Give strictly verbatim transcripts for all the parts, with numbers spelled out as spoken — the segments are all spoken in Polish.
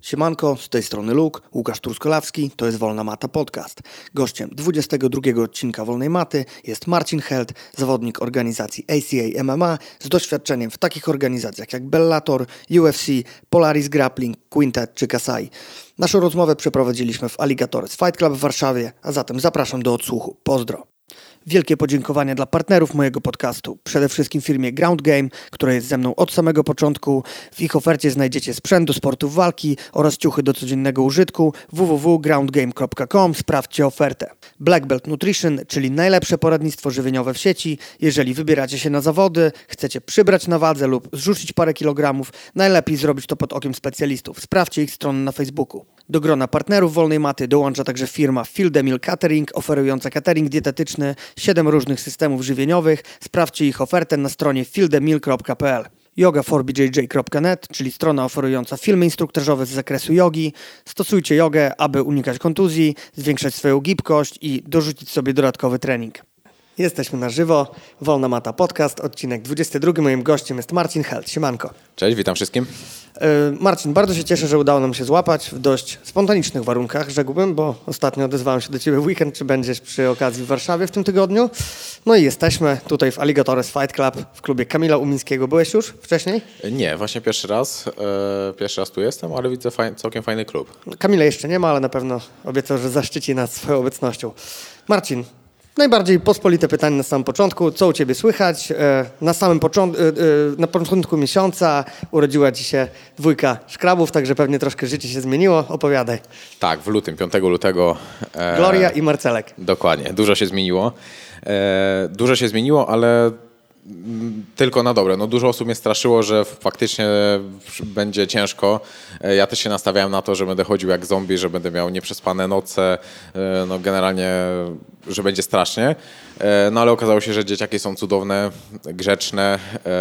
Siemanko, z tej strony Luke, Łukasz Truskolawski, to jest Wolna Mata Podcast. Gościem dwudziestego drugiego odcinka Wolnej Maty jest Marcin Held, zawodnik organizacji A C A M M A z doświadczeniem w takich organizacjach jak Bellator, U F C, Polaris Grappling, Quintet czy Kasai. Naszą rozmowę przeprowadziliśmy w Alligators Fight Club w Warszawie, a zatem zapraszam do odsłuchu. Pozdro! Wielkie podziękowania dla partnerów mojego podcastu. Przede wszystkim firmie Ground Game, która jest ze mną od samego początku. W ich ofercie znajdziecie sprzęt do sportów walki oraz ciuchy do codziennego użytku. w w w kropka ground game kropka com. Sprawdźcie ofertę. Black Belt Nutrition, czyli najlepsze poradnictwo żywieniowe w sieci. Jeżeli wybieracie się na zawody, chcecie przybrać na wadze lub zrzucić parę kilogramów, najlepiej zrobić to pod okiem specjalistów. Sprawdźcie ich stronę na Facebooku. Do grona partnerów Wolnej Maty dołącza także firma Field Meal Catering, oferująca catering dietetyczny, siedem różnych systemów żywieniowych. Sprawdźcie ich ofertę na stronie field meal kropka p l. yoga for b j j kropka net, czyli strona oferująca filmy instruktażowe z zakresu jogi. Stosujcie jogę, aby unikać kontuzji, zwiększać swoją gibkość i dorzucić sobie dodatkowy trening. Jesteśmy na żywo. Wolna Mata Podcast, odcinek dwudziesty drugi. Moim gościem jest Marcin Held. Siemanko. Cześć, witam wszystkim. Marcin, bardzo się cieszę, że udało nam się złapać w dość spontanicznych warunkach, rzekłbym, bo ostatnio odezwałem się do Ciebie w weekend, czy będziesz przy okazji w Warszawie w tym tygodniu. No i jesteśmy tutaj w Alligators Fight Club w klubie Kamila Umińskiego. Byłeś już wcześniej? Nie, właśnie pierwszy raz. E, pierwszy raz tu jestem, ale widzę faj, całkiem fajny klub. Kamila jeszcze nie ma, ale na pewno obiecał, że zaszczyci nas swoją obecnością. Marcin, najbardziej pospolite pytanie na samym początku. Co u Ciebie słychać? Na samym początku, na początku miesiąca urodziła Ci się dwójka szkrabów, także pewnie troszkę życie się zmieniło. Opowiadaj. Tak, w lutym, piątego lutego. E, Gloria i Marcelek. Dokładnie, dużo się zmieniło. E, dużo się zmieniło, ale tylko na dobre. No, dużo osób mnie straszyło, że faktycznie będzie ciężko. Ja też się nastawiałem na to, że będę chodził jak zombie, że będę miał nieprzespane noce, no generalnie, że będzie strasznie. No ale okazało się, że dzieciaki są cudowne, grzeczne,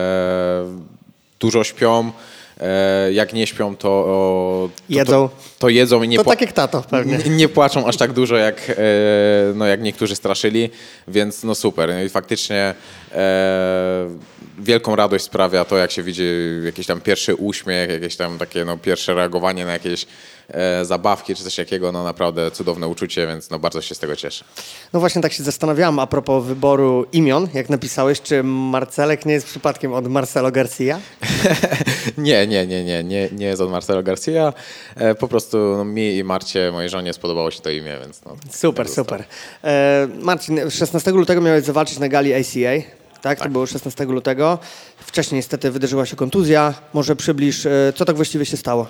dużo śpią. Jak nie śpią, to, to, jedzą. to, to jedzą i nie, to pła- tak jak tato pewnie. Nie, nie płaczą aż tak dużo, jak, no, jak niektórzy straszyli, więc no super. No i faktycznie e, wielką radość sprawia to, jak się widzi jakiś tam pierwszy uśmiech, jakieś tam takie no, pierwsze reagowanie na jakieś e, zabawki czy coś takiego, no naprawdę cudowne uczucie, więc no bardzo się z tego cieszę. No właśnie tak się zastanawiałam a propos wyboru imion, jak napisałeś, czy Marcelek nie jest przypadkiem od Marcelo Garcia? nie, nie, nie, nie, nie, nie jest od Marcelo Garcia. E, po prostu no, mi i Marcie, mojej żonie, spodobało się to imię, więc no. Super, super. E, Marcin, szesnastego lutego miałeś zawalczyć na gali A C A. Tak, to tak. było szesnastego lutego. Wcześniej niestety wydarzyła się kontuzja. Może przybliż, co tak właściwie się stało?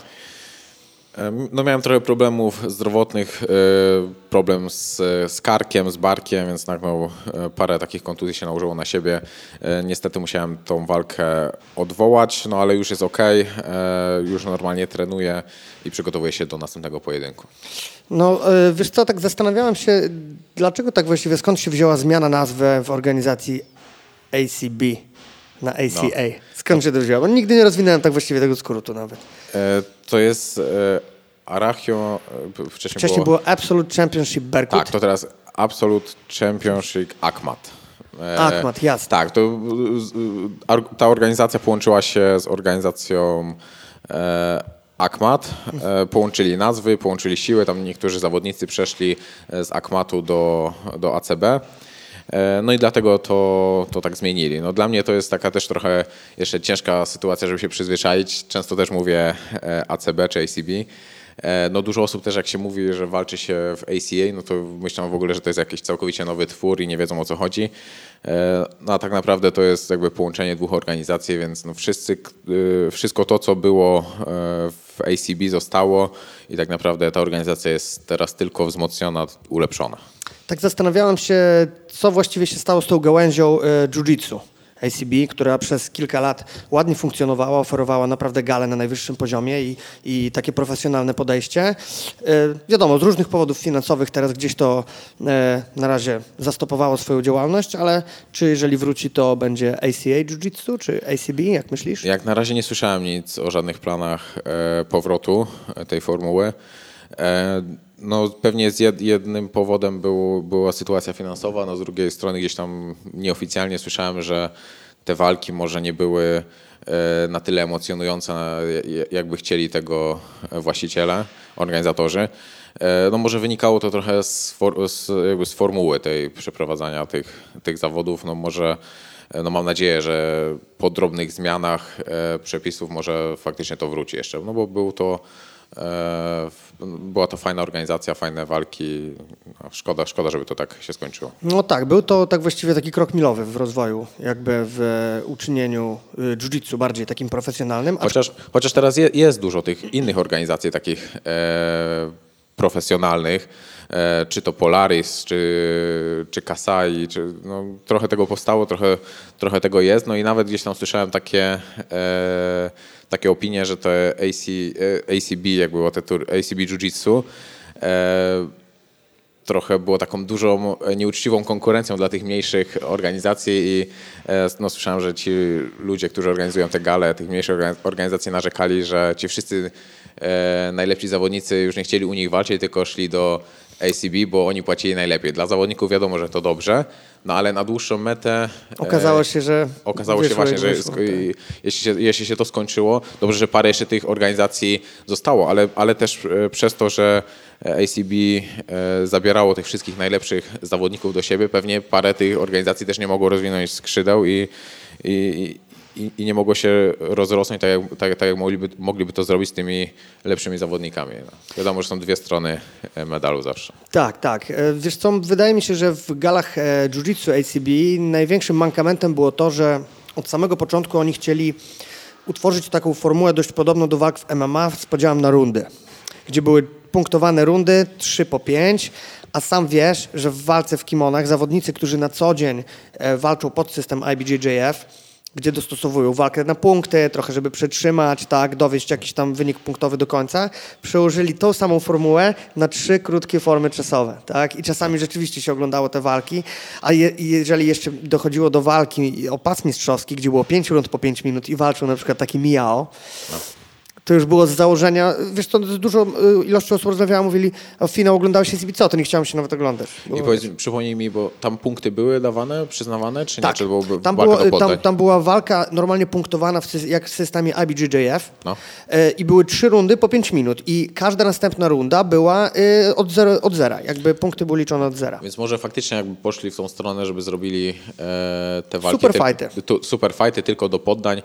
No miałem trochę problemów zdrowotnych, problem z, z karkiem, z barkiem, więc no, parę takich kontuzji się nałożyło na siebie. Niestety musiałem tą walkę odwołać, no ale już jest okej, już normalnie trenuję i przygotowuję się do następnego pojedynku. No wiesz co, tak zastanawiałem się, dlaczego tak właściwie, skąd się wzięła zmiana nazwy w organizacji A C B na A C A? No. Skąd się to wzięło? Bo nigdy nie rozwinąłem tak właściwie tego skrótu nawet. E, to jest e, Arachio... E, wcześniej wcześniej było, było Absolute Championship Berkut. Tak, to teraz Absolute Championship Akmat. E, Akmat, jasne. Tak, to, ta organizacja połączyła się z organizacją e, Akmat. E, połączyli nazwy, połączyli siły. Tam niektórzy zawodnicy przeszli z Akmatu do, do A C B. No i dlatego to, to tak zmienili. No dla mnie to jest taka też trochę jeszcze ciężka sytuacja, żeby się przyzwyczaić. Często też mówię A C B czy A C B. No dużo osób też jak się mówi, że walczy się w A C A, no to myślą w ogóle, że to jest jakiś całkowicie nowy twór i nie wiedzą o co chodzi. No a tak naprawdę to jest jakby połączenie dwóch organizacji, więc no wszyscy, wszystko to, co było w A C B zostało i tak naprawdę ta organizacja jest teraz tylko wzmocniona, ulepszona. Tak zastanawiałem się, co właściwie się stało z tą gałęzią e, jiu-jitsu A C B, która przez kilka lat ładnie funkcjonowała, oferowała naprawdę galę na najwyższym poziomie i, i takie profesjonalne podejście. E, wiadomo, z różnych powodów finansowych teraz gdzieś to e, na razie zastopowało swoją działalność, ale czy jeżeli wróci, to będzie A C A Jiu-Jitsu czy A C B, jak myślisz? Jak na razie nie słyszałem nic o żadnych planach e, powrotu tej formuły. E, No pewnie z jed, jednym powodem był, była sytuacja finansowa, no z drugiej strony gdzieś tam nieoficjalnie słyszałem, że te walki może nie były na tyle emocjonująca, jakby chcieli tego właściciele, organizatorzy. No może wynikało to trochę z, for, z, jakby z formuły tej przeprowadzania tych, tych zawodów. No może, no mam nadzieję, że po drobnych zmianach przepisów może faktycznie to wróci jeszcze, no bo był to była to fajna organizacja, fajne walki. No, szkoda, szkoda, żeby to tak się skończyło. No tak, był to tak właściwie taki krok milowy w rozwoju, jakby w uczynieniu jiu-jitsu bardziej takim profesjonalnym. Chociaż, chociaż teraz je, jest dużo tych innych organizacji takich e, profesjonalnych, e, czy to Polaris, czy, czy Kasai, czy, no, trochę tego powstało, trochę, trochę tego jest. No i nawet gdzieś tam słyszałem takie e, takie opinie, że to A C, A C B, jak było te tur, A C B Jiu-Jitsu, e, trochę było taką dużą, nieuczciwą konkurencją dla tych mniejszych organizacji i e, no, słyszałem, że ci ludzie, którzy organizują te gale, tych mniejszych organizacji narzekali, że ci wszyscy e, najlepsi zawodnicy już nie chcieli u nich walczyć, tylko szli do A C B, bo oni płacili najlepiej. Dla zawodników wiadomo, że to dobrze, no ale na dłuższą metę okazało się, że okazało się właśnie, że wyszło, tak. jeśli, się, jeśli się to skończyło, dobrze, że parę jeszcze tych organizacji zostało, ale, ale też przez to, że A C B zabierało tych wszystkich najlepszych zawodników do siebie, pewnie parę tych organizacji też nie mogło rozwinąć skrzydeł i, i, i, i nie mogło się rozrosnąć tak, jak, tak, tak jak mogliby, mogliby to zrobić z tymi lepszymi zawodnikami. No. Wiadomo, że są dwie strony medalu zawsze. Tak, tak. Wiesz co, wydaje mi się, że w galach jiu-jitsu A C B największym mankamentem było to, że od samego początku oni chcieli utworzyć taką formułę dość podobną do walk w M M A z podziałem na rundy, gdzie były punktowane rundy trzy po pięć, a sam wiesz, że w walce w kimonach zawodnicy, którzy na co dzień walczą pod system I B J J F, gdzie dostosowują walkę na punkty, trochę żeby przetrzymać, tak, dowieść jakiś tam wynik punktowy do końca, przełożyli tą samą formułę na trzy krótkie formy czasowe, tak, i czasami rzeczywiście się oglądało te walki, a je, jeżeli jeszcze dochodziło do walki o pas mistrzowski, gdzie było pięć rund po pięć minut i walczył na przykład taki Miao, no. To już było z założenia, wiesz co, z dużą ilością osób rozmawiałam, mówili, a finał oglądałeś się co, to nie chciałem się nawet oglądać. Bo... I powiedz, przypomnij mi, bo tam punkty były dawane, przyznawane, czy tak. nie? Czy byłoby tam, walka było, do poddań? tam, tam była walka normalnie punktowana w, jak w systemie I B J J F no. y, i były trzy rundy po pięć minut i każda następna runda była y, od, zero, od zera, jakby punkty były liczone od zera. Więc może faktycznie jakby poszli w tą stronę, żeby zrobili e, te walki. Super fighty. Ty, super fighty tylko do poddań.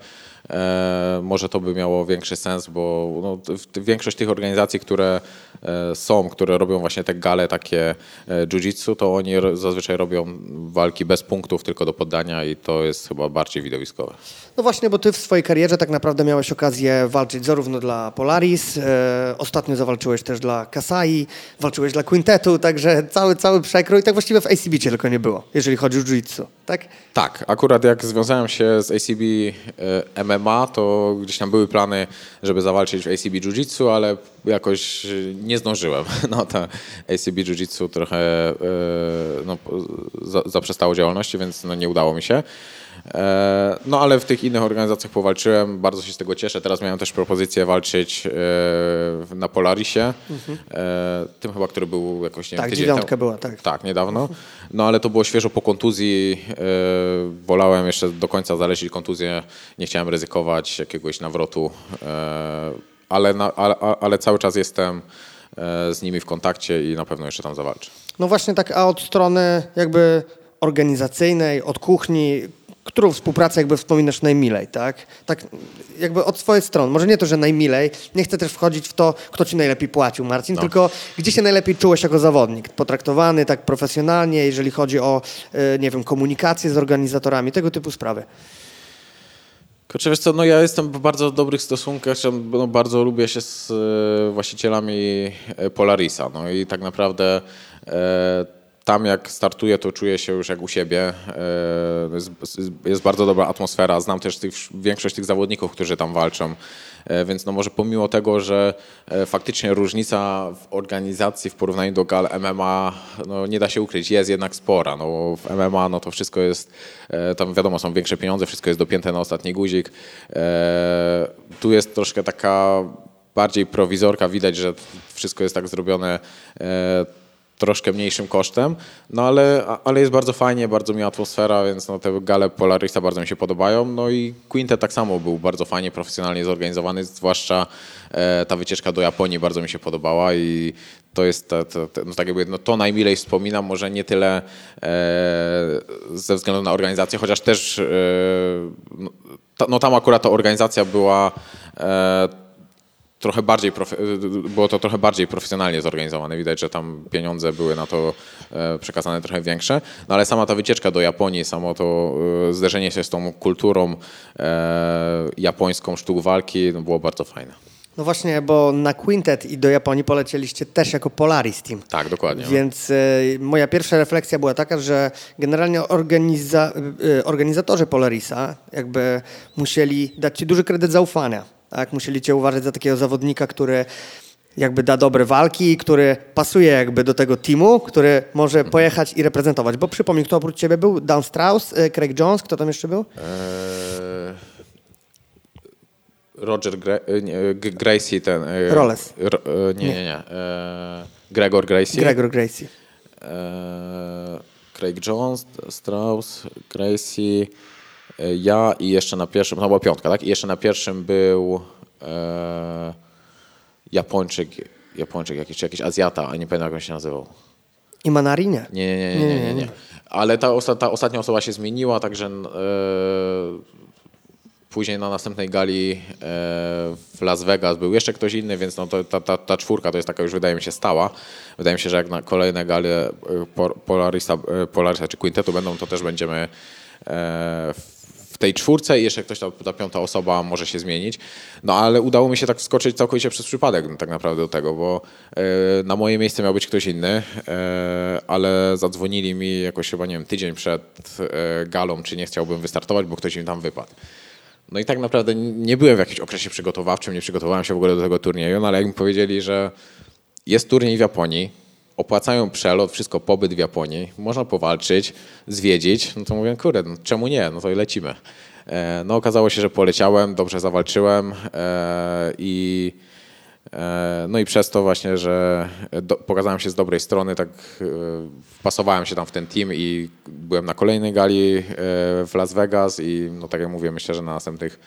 E, może to by miało większy sens, bo no, większość tych organizacji, które e, są, które robią właśnie te gale takie e, jiu-jitsu, to oni ro, zazwyczaj robią walki bez punktów, tylko do poddania i to jest chyba bardziej widowiskowe. No właśnie, bo ty w swojej karierze tak naprawdę miałeś okazję walczyć zarówno dla Polaris, e, ostatnio zawalczyłeś też dla Kasai, walczyłeś dla Quintetu, także cały, cały przekrój, tak właściwie w A C B cię tylko nie było, jeżeli chodzi o jiu-jitsu, tak? Tak, akurat jak związałem się z A C B e, M M A, to gdzieś tam były plany, żeby zawalczyć w A C B Jiu-Jitsu, ale jakoś nie zdążyłem. No to A C B Jiu-Jitsu trochę e, no, za, zaprzestało działalności, więc no, nie udało mi się. E, no ale w tych innych organizacjach powalczyłem, bardzo się z tego cieszę. Teraz miałem też propozycję walczyć e, na Polarisie, mhm. e, tym chyba, który był jakoś, nie tak, wiem, tydzień dziewiątka temu. była, tak. Tak, niedawno. No ale to było świeżo po kontuzji. E, wolałem jeszcze do końca zaleźć kontuzję. Nie chciałem ryzykować jakiegoś nawrotu, e, ale, na, ale, ale cały czas jestem e, z nimi w kontakcie i na pewno jeszcze tam zawalczę. No właśnie tak, a od strony jakby organizacyjnej, od kuchni, którą współpracę jakby wspominasz najmilej, tak? Tak jakby od swojej strony. Może nie to, że najmilej. Nie chcę też wchodzić w to, kto ci najlepiej płacił, Marcin, no. Tylko gdzie się najlepiej czułeś jako zawodnik? Potraktowany tak profesjonalnie, jeżeli chodzi o, nie wiem, komunikację z organizatorami, tego typu sprawy. Kurczę, wiesz co, no ja jestem w bardzo dobrych stosunkach, no bardzo lubię się z właścicielami Polarisa, no i tak naprawdę e, tam jak startuję, to czuję się już jak u siebie. Jest, jest bardzo dobra atmosfera. Znam też tych, większość tych zawodników, którzy tam walczą. Więc no może pomimo tego, że faktycznie różnica w organizacji w porównaniu do gal M M A, no nie da się ukryć, jest jednak spora. No w M M A no to wszystko jest, tam wiadomo, są większe pieniądze, wszystko jest dopięte na ostatni guzik. Tu jest troszkę taka bardziej prowizorka, widać, że wszystko jest tak zrobione troszkę mniejszym kosztem, no ale, ale jest bardzo fajnie, bardzo miła atmosfera, więc no te gale Polarisa bardzo mi się podobają. No i Quintet tak samo był bardzo fajnie, profesjonalnie zorganizowany, zwłaszcza e, ta wycieczka do Japonii bardzo mi się podobała i to jest ta, ta, ta, no tak jakby, no to najmilej wspominam, może nie tyle e, ze względu na organizację, chociaż też e, no, ta, no tam akurat ta organizacja była e, trochę bardziej, było to trochę bardziej profesjonalnie zorganizowane. Widać, że tam pieniądze były na to przekazane trochę większe. No ale sama ta wycieczka do Japonii, samo to zderzenie się z tą kulturą japońską sztuk walki no było bardzo fajne. No właśnie, bo na Quintet i do Japonii polecieliście też jako Polaris Team. Tak, dokładnie. Więc y, moja pierwsza refleksja była taka, że generalnie organiza, y, organizatorzy Polarisa jakby musieli dać ci duży kredyt zaufania. Tak, musieli cię uważać za takiego zawodnika, który jakby da dobre walki, który pasuje jakby do tego teamu, który może pojechać i reprezentować. Bo przypomnij, kto oprócz ciebie był? Dan Strauss, Craig Jones, kto tam jeszcze był? Eee, Roger Gra nie, Gracie, ten... E, Rolles. Ro, e, nie, nie, nie. E, Gregor Gracie. Gregor Gracie. E, Craig Jones, Strauss, Gracie... Ja i jeszcze na pierwszym, no była piątka, tak? I jeszcze na pierwszym był e, Japończyk, Japończyk jakiś, czy jakiś Azjata, a nie pamiętam jak on się nazywał. Imanari? Nie. Nie, nie, nie, nie, nie, nie. Ale ta, osta, ta ostatnia osoba się zmieniła, także e, później na następnej gali e, w Las Vegas był jeszcze ktoś inny, więc no to, ta, ta, ta czwórka to jest taka już wydaje mi się stała. Wydaje mi się, że jak na kolejne gale Polarisa, Polarisa czy Quintetu będą, to też będziemy e, w tej czwórce i jeszcze ktoś, ta, ta piąta osoba może się zmienić. No ale udało mi się tak wskoczyć całkowicie przez przypadek tak naprawdę do tego, bo e, na moje miejsce miał być ktoś inny, e, ale zadzwonili mi jakoś chyba, nie wiem, tydzień przed e, galą, czy nie chciałbym wystartować, bo ktoś im tam wypadł. No i tak naprawdę nie byłem w jakimś okresie przygotowawczym, nie przygotowałem się w ogóle do tego turnieju, no ale jak mi powiedzieli, że jest turniej w Japonii, opłacają przelot, wszystko, pobyt w Japonii, można powalczyć, zwiedzić, no to mówię, kurde, no czemu nie, no to i lecimy. E, no okazało się, że poleciałem, dobrze zawalczyłem e, i e, no i przez to właśnie, że do, pokazałem się z dobrej strony, tak e, wpasowałem się tam w ten team i byłem na kolejnej gali e, w Las Vegas i no tak jak mówię, myślę, że na następnych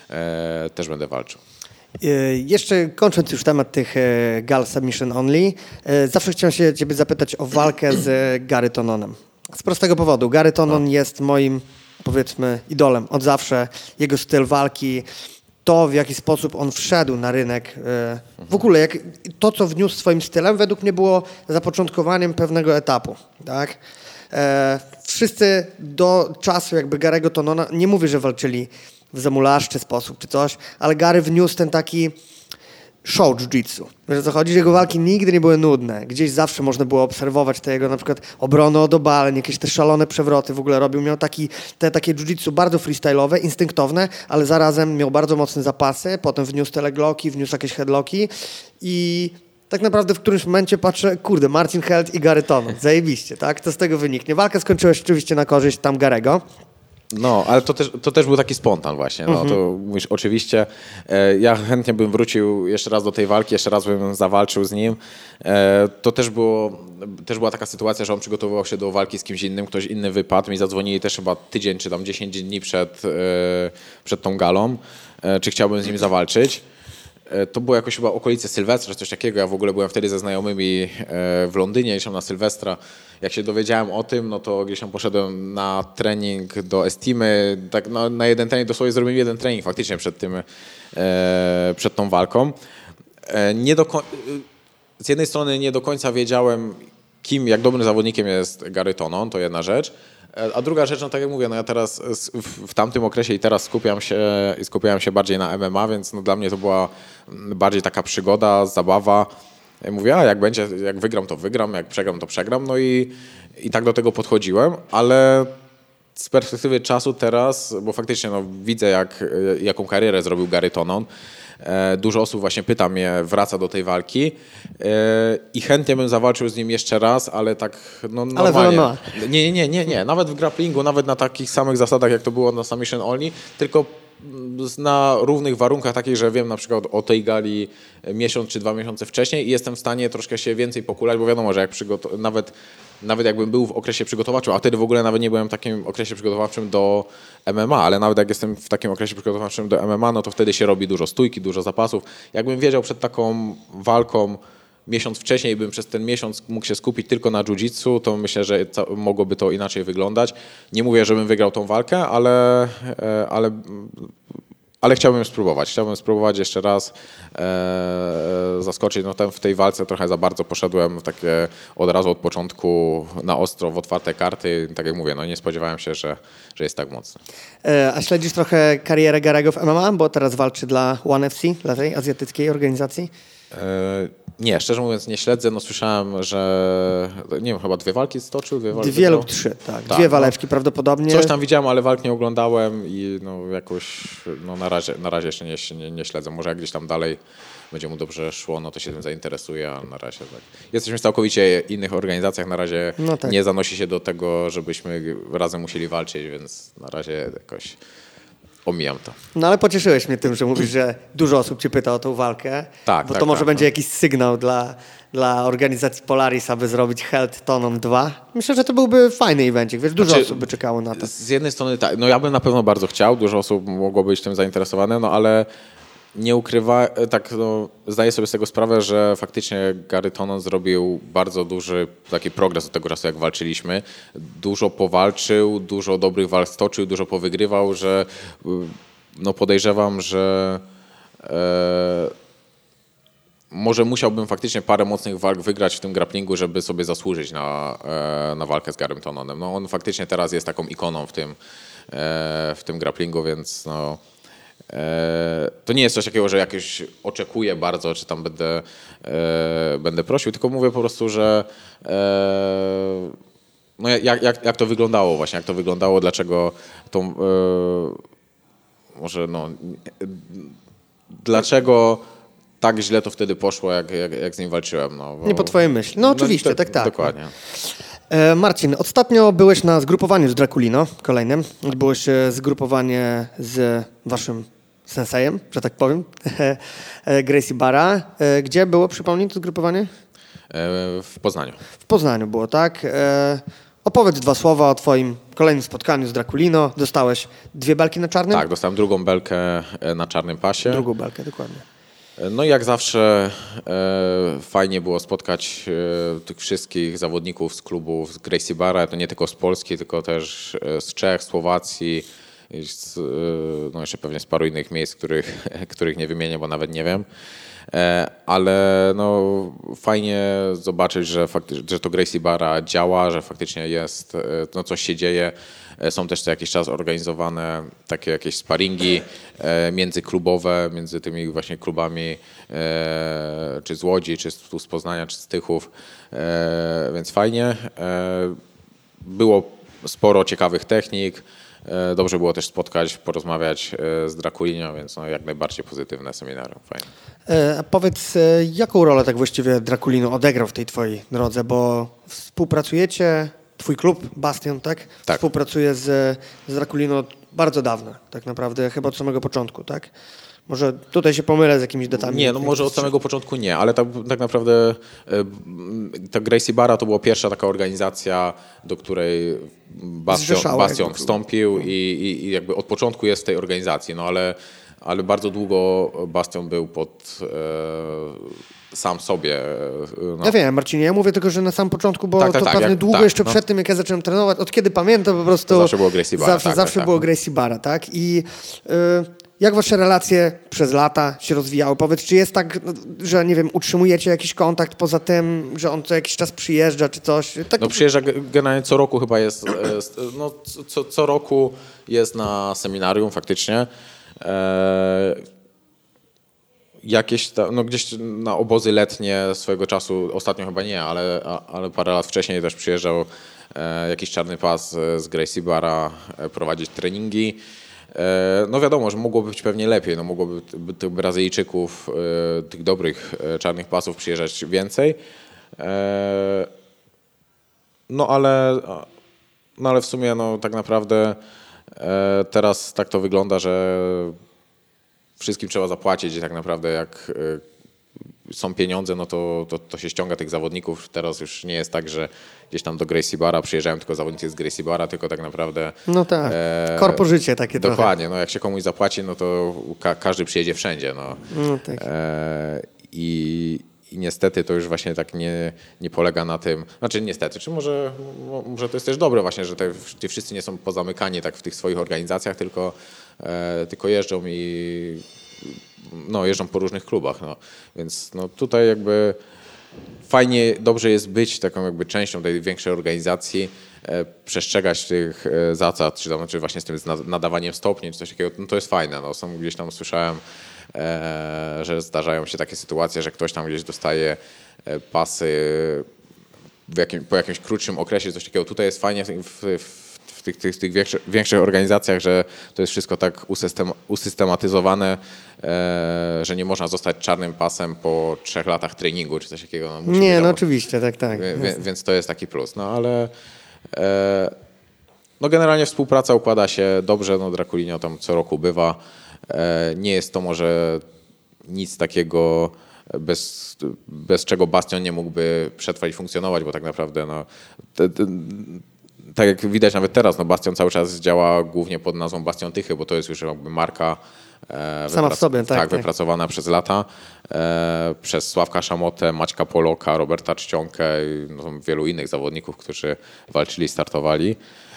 e, też będę walczył. Jeszcze kończąc już temat tych gal submission only, zawsze chciałem się ciebie zapytać o walkę z Gary Tononem. Z prostego powodu. Gary Tonon no. jest moim, powiedzmy, idolem od zawsze. Jego styl walki, to w jaki sposób on wszedł na rynek. W ogóle jak, to, co wniósł swoim stylem, według mnie było zapoczątkowaniem pewnego etapu. Tak? Wszyscy do czasu jakby Gary'ego Tonona, nie mówię, że walczyli w zamulaszczy sposób czy coś, ale Gary wniósł ten taki show jiu-jitsu. Wiesz o co chodzi? Że jego walki nigdy nie były nudne. Gdzieś zawsze można było obserwować te jego na przykład obrony od obaleń, jakieś te szalone przewroty w ogóle robił. Miał taki, te takie jiu-jitsu bardzo freestyle'owe, instynktowne, ale zarazem miał bardzo mocne zapasy. Potem wniósł te leglocki, wniósł jakieś headlocki i tak naprawdę w którymś momencie patrzę, kurde, Marcin Held i Gary Tonon. Zajebiście, tak? To z tego wyniknie. Walka skończyła się oczywiście na korzyść tam Garego. No, ale to też, to też był taki spontan właśnie, no mm-hmm. to mówisz, oczywiście e, ja chętnie bym wrócił jeszcze raz do tej walki, jeszcze raz bym zawalczył z nim. E, to też było, też była taka sytuacja, że on przygotowywał się do walki z kimś innym, ktoś inny wypadł, mi zadzwonili też chyba tydzień czy tam dziesięć dni przed, e, przed tą galą, e, czy chciałbym z nim zawalczyć. To było jakoś chyba okolice Sylwestra, coś takiego. Ja w ogóle byłem wtedy ze znajomymi w Londynie, gdzieś tam na Sylwestra. Jak się dowiedziałem o tym, no to gdzieś tam poszedłem na trening do Estimy. Tak no, na jeden trening, dosłownie zrobiłem jeden trening faktycznie przed tym, przed tą walką. Nie do koń... Z jednej strony nie do końca wiedziałem, kim, jak dobrym zawodnikiem jest Gary Tonon, to jedna rzecz. A druga rzecz, no tak jak mówię, no ja teraz w, w tamtym okresie i teraz skupiam się, skupiałem się bardziej na M M A, więc no dla mnie to była bardziej taka przygoda, zabawa. Ja mówię, a jak będzie, jak wygram, to wygram, jak przegram, to przegram. No i, i tak do tego podchodziłem, ale z perspektywy czasu teraz, bo faktycznie no, widzę, jak, jaką karierę zrobił Gary Tonon. Dużo osób właśnie pyta mnie, wraca do tej walki i chętnie bym zawalczył z nim jeszcze raz, ale tak no normalnie. Ale nie, nie, nie, nie, nawet w grapplingu, nawet na takich samych zasadach, jak to było na submission only, tylko na równych warunkach takich, że wiem na przykład o tej gali miesiąc czy dwa miesiące wcześniej i jestem w stanie troszkę się więcej pokulać, bo wiadomo, że jak przygotow- nawet, nawet jakbym był w okresie przygotowawczym, a wtedy w ogóle nawet nie byłem w takim okresie przygotowawczym do M M A, ale nawet jak jestem w takim okresie przygotowawczym do M M A, no to wtedy się robi dużo stójki, dużo zapasów. Jakbym wiedział przed taką walką miesiąc wcześniej, bym przez ten miesiąc mógł się skupić tylko na jiu-jitsu, to myślę, że co, mogłoby to inaczej wyglądać. Nie mówię, żebym wygrał tą walkę, ale, ale, ale chciałbym spróbować. Chciałbym spróbować jeszcze raz e, zaskoczyć. No ten, w tej walce trochę za bardzo poszedłem w takie od razu od początku na ostro, w otwarte karty. Tak jak mówię, no nie spodziewałem się, że, że jest tak mocno. E, a śledzisz trochę karierę Garego w M M A, bo teraz walczy dla One F C, dla tej azjatyckiej organizacji? E, Nie, szczerze mówiąc nie śledzę, no słyszałem, że nie wiem, chyba dwie walki stoczył, dwie walki. Dwie lub trzy, tak. tak. Dwie waleczki no, prawdopodobnie. Coś tam widziałem, ale walk nie oglądałem i no jakoś no na razie, na razie jeszcze nie, nie, nie śledzę. Może jak gdzieś tam dalej będzie mu dobrze szło, no to się tym zainteresuje, a na razie tak. Jesteśmy w całkowicie innych organizacjach, na razie no tak. nie zanosi się do tego, żebyśmy razem musieli walczyć, więc na razie jakoś omijam to. No ale pocieszyłeś mnie tym, że mówisz, że dużo osób cię pyta o tą walkę, tak, bo tak, to może tak, będzie no. jakiś sygnał dla, dla organizacji Polaris, aby zrobić Held Tonon dwa. Myślę, że to byłby fajny evencik, wiesz, dużo znaczy, osób by czekało na to. Z jednej strony tak, no ja bym na pewno bardzo chciał, dużo osób mogłoby być tym zainteresowane, no ale nie ukrywa, tak no, zdaję sobie z tego sprawę, że faktycznie Gary Tonon zrobił bardzo duży taki progres od tego czasu, jak walczyliśmy. Dużo powalczył, dużo dobrych walk stoczył, dużo powygrywał, że no podejrzewam, że e, może musiałbym faktycznie parę mocnych walk wygrać w tym grapplingu, żeby sobie zasłużyć na, e, na walkę z Garym Tononem. No on faktycznie teraz jest taką ikoną w tym, e, w tym grapplingu, więc no to nie jest coś takiego, że jakieś oczekuję bardzo, czy tam będę, e, będę prosił, tylko mówię po prostu, że e, no jak, jak, jak to wyglądało właśnie, jak to wyglądało, dlaczego tą, e, może no, dlaczego tak źle to wtedy poszło, jak, jak, jak z nim walczyłem. No, bo, nie po twojej myśli. No oczywiście, no, tak, tak. Dokładnie. E, Marcin, ostatnio byłeś na zgrupowaniu z Draculino, kolejnym. Odbyło się zgrupowanie z waszym sensejem, że tak powiem, Gracie Barra. E, gdzie było, przypomnij, to zgrupowanie? E, w Poznaniu. W Poznaniu było, tak. E, opowiedz dwa słowa o twoim kolejnym spotkaniu z Draculino. Dostałeś dwie belki na czarnym? Tak, dostałem drugą belkę na czarnym pasie. Drugą belkę, dokładnie. No i jak zawsze e, fajnie było spotkać e, tych wszystkich zawodników z klubów z Gracie Barra, to nie tylko z Polski, tylko też z Czech, Słowacji, z, e, no jeszcze pewnie z paru innych miejsc, których, których nie wymienię, bo nawet nie wiem. E, ale no, fajnie zobaczyć, że, fakty, że to Gracie Barra działa, że faktycznie jest, no, coś się dzieje. Są też co jakiś czas organizowane takie jakieś sparingi e, międzyklubowe, między tymi właśnie klubami e, czy z Łodzi, czy z, z Poznania, czy z Tychów, e, więc fajnie. E, było sporo ciekawych technik, e, dobrze było też spotkać, porozmawiać e, z Draculino, więc no, jak najbardziej pozytywne seminarium, fajnie. E, a powiedz, e, jaką rolę tak właściwie Draculino odegrał w tej twojej drodze, bo współpracujecie... Twój klub, Bastion, tak? tak? Współpracuje z, z Draculino od bardzo dawna, tak naprawdę, chyba od samego początku, tak? Może tutaj się pomylę z jakimiś datami. Nie, no może od samego początku nie, ale tak, tak naprawdę ta Gracie Barra to była pierwsza taka organizacja, do której Bastion, Bastion wstąpił i, i, i jakby od początku jest w tej organizacji, no ale, ale bardzo długo Bastion był pod... E, sam sobie. No. Ja wiem, Marcinie, ja mówię tylko, że na samym początku, bo tak, tak, to tak, pewnie jak, długo tak, jeszcze no. przed tym, jak ja zacząłem trenować, od kiedy pamiętam po prostu... To zawsze było Gracie Barra. Zawsze, tak, zawsze tak, było tak. Gracie Barra, tak? I y, jak wasze relacje przez lata się rozwijały? Powiedz, czy jest tak, że nie wiem, utrzymujecie jakiś kontakt poza tym, że on co jakiś czas przyjeżdża, czy coś? Tak... No przyjeżdża generalnie co roku chyba jest, no co, co roku jest na seminarium faktycznie. E, Jakieś tam, no gdzieś na obozy letnie swojego czasu, ostatnio chyba nie, ale, ale parę lat wcześniej też przyjeżdżał e, jakiś czarny pas z Gracie Barra e, prowadzić treningi. E, no wiadomo, że mogłoby być pewnie lepiej, no mogłoby tych Brazylijczyków, e, tych dobrych e, czarnych pasów przyjeżdżać więcej. E, no ale, no ale w sumie no tak naprawdę Teraz tak to wygląda, że wszystkim trzeba zapłacić i tak naprawdę jak są pieniądze, no to, to, to się ściąga tych zawodników. Teraz już nie jest tak, że gdzieś tam do Gracie Barra przyjeżdżają tylko zawodnicy z Gracie Barra, tylko tak naprawdę... No tak, e, korpo życie takie dokładnie, trochę. No jak się komuś zapłaci, no to ka- każdy przyjedzie wszędzie. No. No tak. E, i, I niestety to już właśnie tak nie, nie polega na tym, znaczy niestety, czy może, może to jest też dobre właśnie, że te, ci wszyscy nie są pozamykani tak w tych swoich organizacjach, tylko, e, tylko jeżdżą i no, jeżdżą po różnych klubach. No. Więc no, tutaj jakby fajnie, dobrze jest być taką jakby częścią tej większej organizacji, e, przestrzegać tych e, zasad, czy, tam, czy właśnie z tym nadawaniem stopni, czy coś takiego, no to jest fajne. No. Są, gdzieś tam słyszałem, e, że zdarzają się takie sytuacje, że ktoś tam gdzieś dostaje e, pasy w jakim, po jakimś krótszym okresie, coś takiego. Tutaj jest fajnie w, w, w tych, tych, tych większych, większych organizacjach, że to jest wszystko tak usystem, usystematyzowane, e, że nie można zostać czarnym pasem po trzech latach treningu czy coś takiego. No, nie, no albo, oczywiście, tak, tak. Wie, więc to jest taki plus. No ale e, no generalnie współpraca układa się dobrze. No Draculinho tam co roku bywa. E, nie jest to może nic takiego, bez, bez czego Bastion nie mógłby przetrwać i funkcjonować, bo tak naprawdę no, te, te, tak jak widać nawet teraz, no Bastion cały czas działa głównie pod nazwą Bastion Tychy, bo to jest już jakby marka e, sama w sobie, tak, tak, tak. wypracowana przez lata, e, przez Sławka Szamotę, Maćka Poloka, Roberta Czcionkę i no, wielu innych zawodników, którzy walczyli, startowali.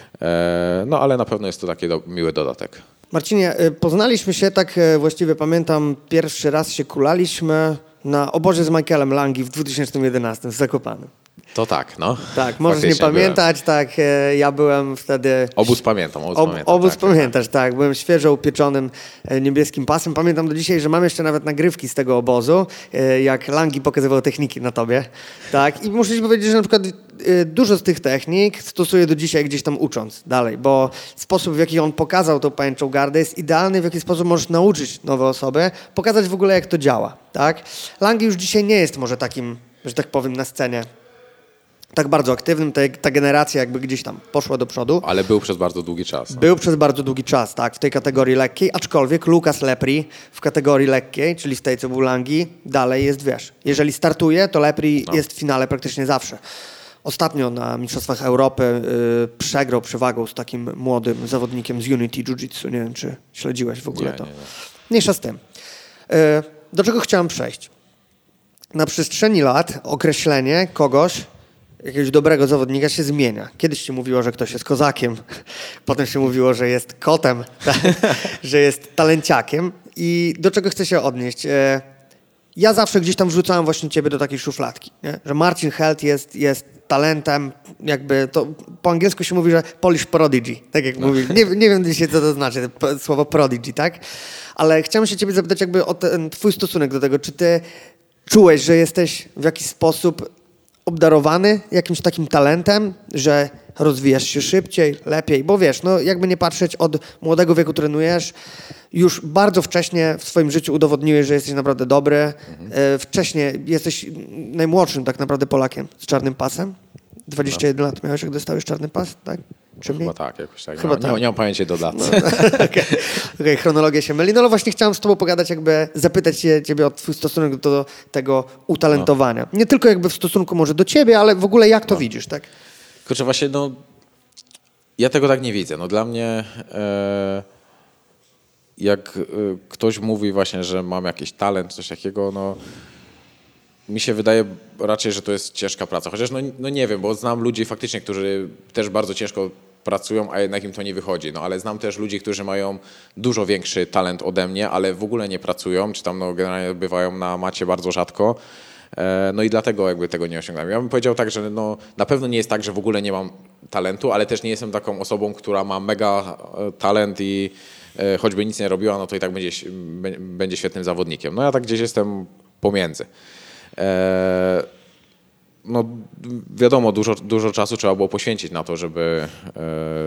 E, no ale na pewno jest to taki do, miły dodatek. Marcinie, poznaliśmy się, tak właściwie pamiętam, pierwszy raz się kulaliśmy na obozie z Michaelem Langi w dwa tysiące jedenastym w Zakopanem. To tak, no. Tak, możesz nie pamiętać, byłem. tak, ja byłem wtedy... Obóz pamiętam, obóz Ob, pamiętam. Obóz tak, pamiętasz, tak. tak, byłem świeżo upieczonym niebieskim pasem. Pamiętam do dzisiaj, że mam jeszcze nawet nagrywki z tego obozu, jak Langi pokazywał techniki na tobie, tak, i muszę ci powiedzieć, że na przykład dużo z tych technik stosuję do dzisiaj gdzieś tam ucząc dalej, bo sposób, w jaki on pokazał tą pajęczą gardę jest idealny, w jaki sposób możesz nauczyć nowe osoby, pokazać w ogóle jak to działa, tak. Langi już dzisiaj nie jest może takim, że tak powiem, na scenie tak bardzo aktywnym, ta, ta generacja jakby gdzieś tam poszła do przodu. Ale był przez bardzo długi czas. Był przez bardzo długi czas, tak, w tej kategorii lekkiej, aczkolwiek Lucas Lepri w kategorii lekkiej, czyli w tej, co był Langi, dalej jest, wiesz, jeżeli startuje, to Lepri no. jest w finale praktycznie zawsze. Ostatnio na Mistrzostwach Europy y, przegrał przewagą z takim młodym zawodnikiem z Unity Jiu-Jitsu. Nie wiem, czy śledziłeś w ogóle nie, to. Nie, nie. Mniejsza z tym. Y, do czego chciałem przejść? Na przestrzeni lat określenie kogoś, jakiegoś dobrego zawodnika się zmienia. Kiedyś się mówiło, że ktoś jest kozakiem, potem się mówiło, że jest kotem, że jest talenciakiem. I do czego chcę się odnieść? Ja zawsze gdzieś tam wrzucałem właśnie ciebie do takiej szufladki, nie? Że Marcin Held jest, jest talentem, jakby to po angielsku się mówi, że Polish prodigy, tak jak no. mówi. Nie, nie wiem dzisiaj, co to znaczy, to słowo prodigy, tak? Ale chciałem się ciebie zapytać jakby o ten twój stosunek do tego. Czy ty czułeś, że jesteś w jakiś sposób obdarowany jakimś takim talentem, że rozwijasz się szybciej, lepiej, bo wiesz, no jakby nie patrzeć, od młodego wieku trenujesz, już bardzo wcześnie w swoim życiu udowodniłeś, że jesteś naprawdę dobry, mhm. wcześniej jesteś najmłodszym tak naprawdę Polakiem z czarnym pasem, dwadzieścia jeden no. lat miałeś, jak dostałeś czarny pas, tak? Czy Chyba tak, jakoś tak. Chyba nie, tak. Nie, nie mam pamięci do dat. No. okay. okay, chronologia się myli. No ale właśnie chciałem z tobą pogadać, jakby zapytać się ciebie o twój stosunek do, do tego utalentowania. No. Nie tylko jakby w stosunku może do ciebie, ale w ogóle jak to no. widzisz, tak? Kurczę, właśnie no, ja tego tak nie widzę. No dla mnie e, jak e, ktoś mówi właśnie, że mam jakiś talent, coś takiego, no mi się wydaje raczej, że to jest ciężka praca. Chociaż no, no nie wiem, bo znam ludzi faktycznie, którzy też bardzo ciężko pracują, a jednak im to nie wychodzi. No ale znam też ludzi, którzy mają dużo większy talent ode mnie, ale w ogóle nie pracują, czy tam no, generalnie bywają na macie bardzo rzadko. E, no i dlatego jakby tego nie osiągnąłem. Ja bym powiedział tak, że no, na pewno nie jest tak, że w ogóle nie mam talentu, ale też nie jestem taką osobą, która ma mega talent i e, choćby nic nie robiła, no to i tak będzie, będzie świetnym zawodnikiem. No ja tak gdzieś jestem pomiędzy. E, no wiadomo, dużo, dużo czasu trzeba było poświęcić na to, żeby, e,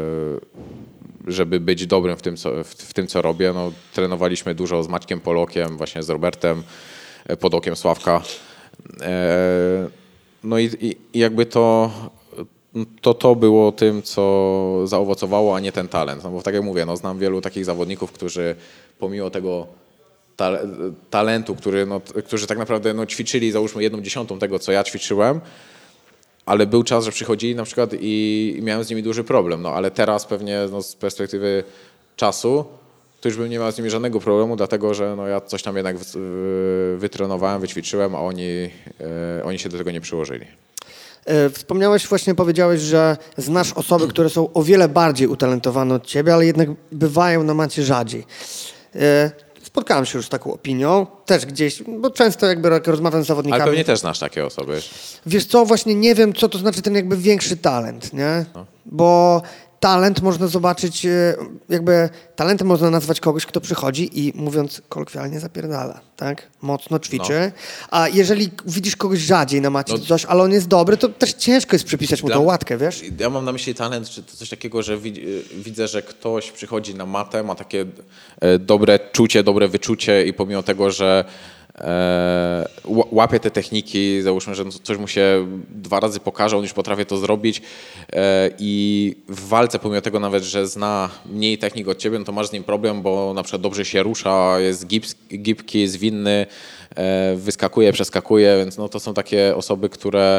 żeby być dobrym w tym, co, w, w tym, co robię. No, trenowaliśmy dużo z Maćkiem Polokiem, właśnie z Robertem, pod okiem Sławka. E, no i, i, i jakby to to to było tym, co zaowocowało, a nie ten talent. No bo tak jak mówię, no znam wielu takich zawodników, którzy pomimo tego ta, talentu, który, no, którzy tak naprawdę no, ćwiczyli załóżmy jedną dziesiątą tego, co ja ćwiczyłem, ale był czas, że przychodzili na przykład i, i miałem z nimi duży problem. No ale teraz pewnie no, z perspektywy czasu to już bym nie miał z nimi żadnego problemu, dlatego że no, ja coś tam jednak wytrenowałem, wyćwiczyłem, a oni, e, oni się do tego nie przyłożyli. Wspomniałeś, właśnie powiedziałeś, że znasz osoby, które są o wiele bardziej utalentowane od ciebie, ale jednak bywają na macie rzadziej. Spotkałem się już z taką opinią, też gdzieś, bo często jakby jak rozmawiam z zawodnikami. Ale pewnie też znasz takie osoby. Wiesz co, właśnie nie wiem, co to znaczy ten jakby większy talent, nie? No. Bo talent można zobaczyć, jakby talentem można nazwać kogoś, kto przychodzi i mówiąc kolokwialnie zapierdala, tak? Mocno ćwiczy. No. A jeżeli widzisz kogoś rzadziej na macie no. coś, ale on jest dobry, to też ciężko jest przypisać mu tą łatkę, wiesz? Ja mam na myśli talent, czy to coś takiego, że widzę, że ktoś przychodzi na matę, ma takie dobre czucie, dobre wyczucie i pomimo tego, że E, łapie te techniki, załóżmy, że coś mu się dwa razy pokaże, on już potrafi to zrobić e, i w walce pomimo tego nawet, że zna mniej technik od ciebie, no to masz z nim problem, bo na przykład dobrze się rusza, jest gips, gibki, zwinny, e, wyskakuje, przeskakuje, więc no to są takie osoby, które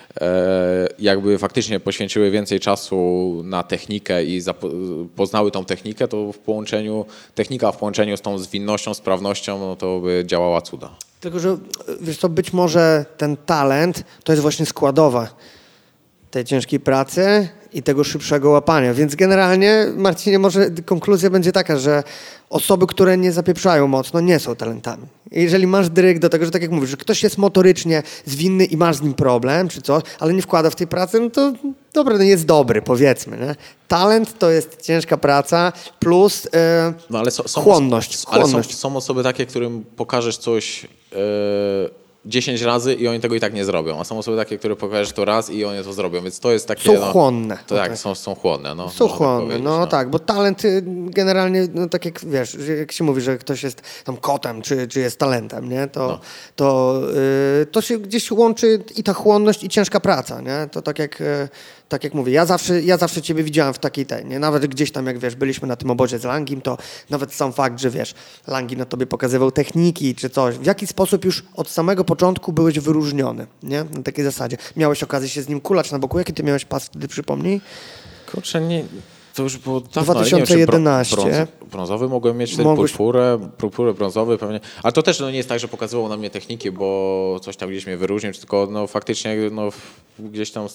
jakby faktycznie poświęciły więcej czasu na technikę i poznały tą technikę, to w połączeniu, technika w połączeniu z tą zwinnością, sprawnością, no to by działała cuda. Tylko, że wiesz co, być może ten talent to jest właśnie składowa tej ciężkiej pracy i tego szybszego łapania. Więc generalnie, Marcinie, może konkluzja będzie taka, że osoby, które nie zapieprzają mocno, nie są talentami. Jeżeli masz dryg do tego, że tak jak mówisz, że ktoś jest motorycznie zwinny i masz z nim problem, czy coś, ale nie wkłada w tej pracy, no to dobra, no jest dobry, powiedzmy. Nie? Talent to jest ciężka praca plus yy, no, ale so, są, chłonność. Ale chłonność. Są, są osoby takie, którym pokażesz coś yy, dziesięć razy i oni tego i tak nie zrobią, a są osoby takie, które pokażesz to raz i oni to zrobią, więc to jest takie... Są no, chłonne. To tak, są, są chłonne. No, są chłonne, tak no, no tak, bo talent generalnie, no tak jak wiesz, jak się mówi, że ktoś jest tam kotem, czy, czy jest talentem, nie, to, no. to, yy, to się gdzieś łączy i ta chłonność i ciężka praca, nie, to tak jak... Yy, Tak jak mówię, ja zawsze, ja zawsze ciebie widziałem w takiej tej, nie? Nawet gdzieś tam, jak wiesz, byliśmy na tym obozie z Langim, to nawet sam fakt, że wiesz, Langi na tobie pokazywał techniki czy coś, w jaki sposób już od samego początku byłeś wyróżniony, nie? Na takiej zasadzie. Miałeś okazję się z nim kulać na boku. Jaki ty miałeś pas wtedy, przypomnij? Kurczę, nie... To już było dawno, dwa tysiące jedenaście. Nie wiem, brąz, brązowy mogłem mieć wtedy, Mogłeś... purpurę, purpurę brązowy pewnie. Ale to też no, nie jest tak, że pokazywał na mnie techniki, bo coś tam gdzieś mnie wyróżnił, tylko no, faktycznie no, gdzieś tam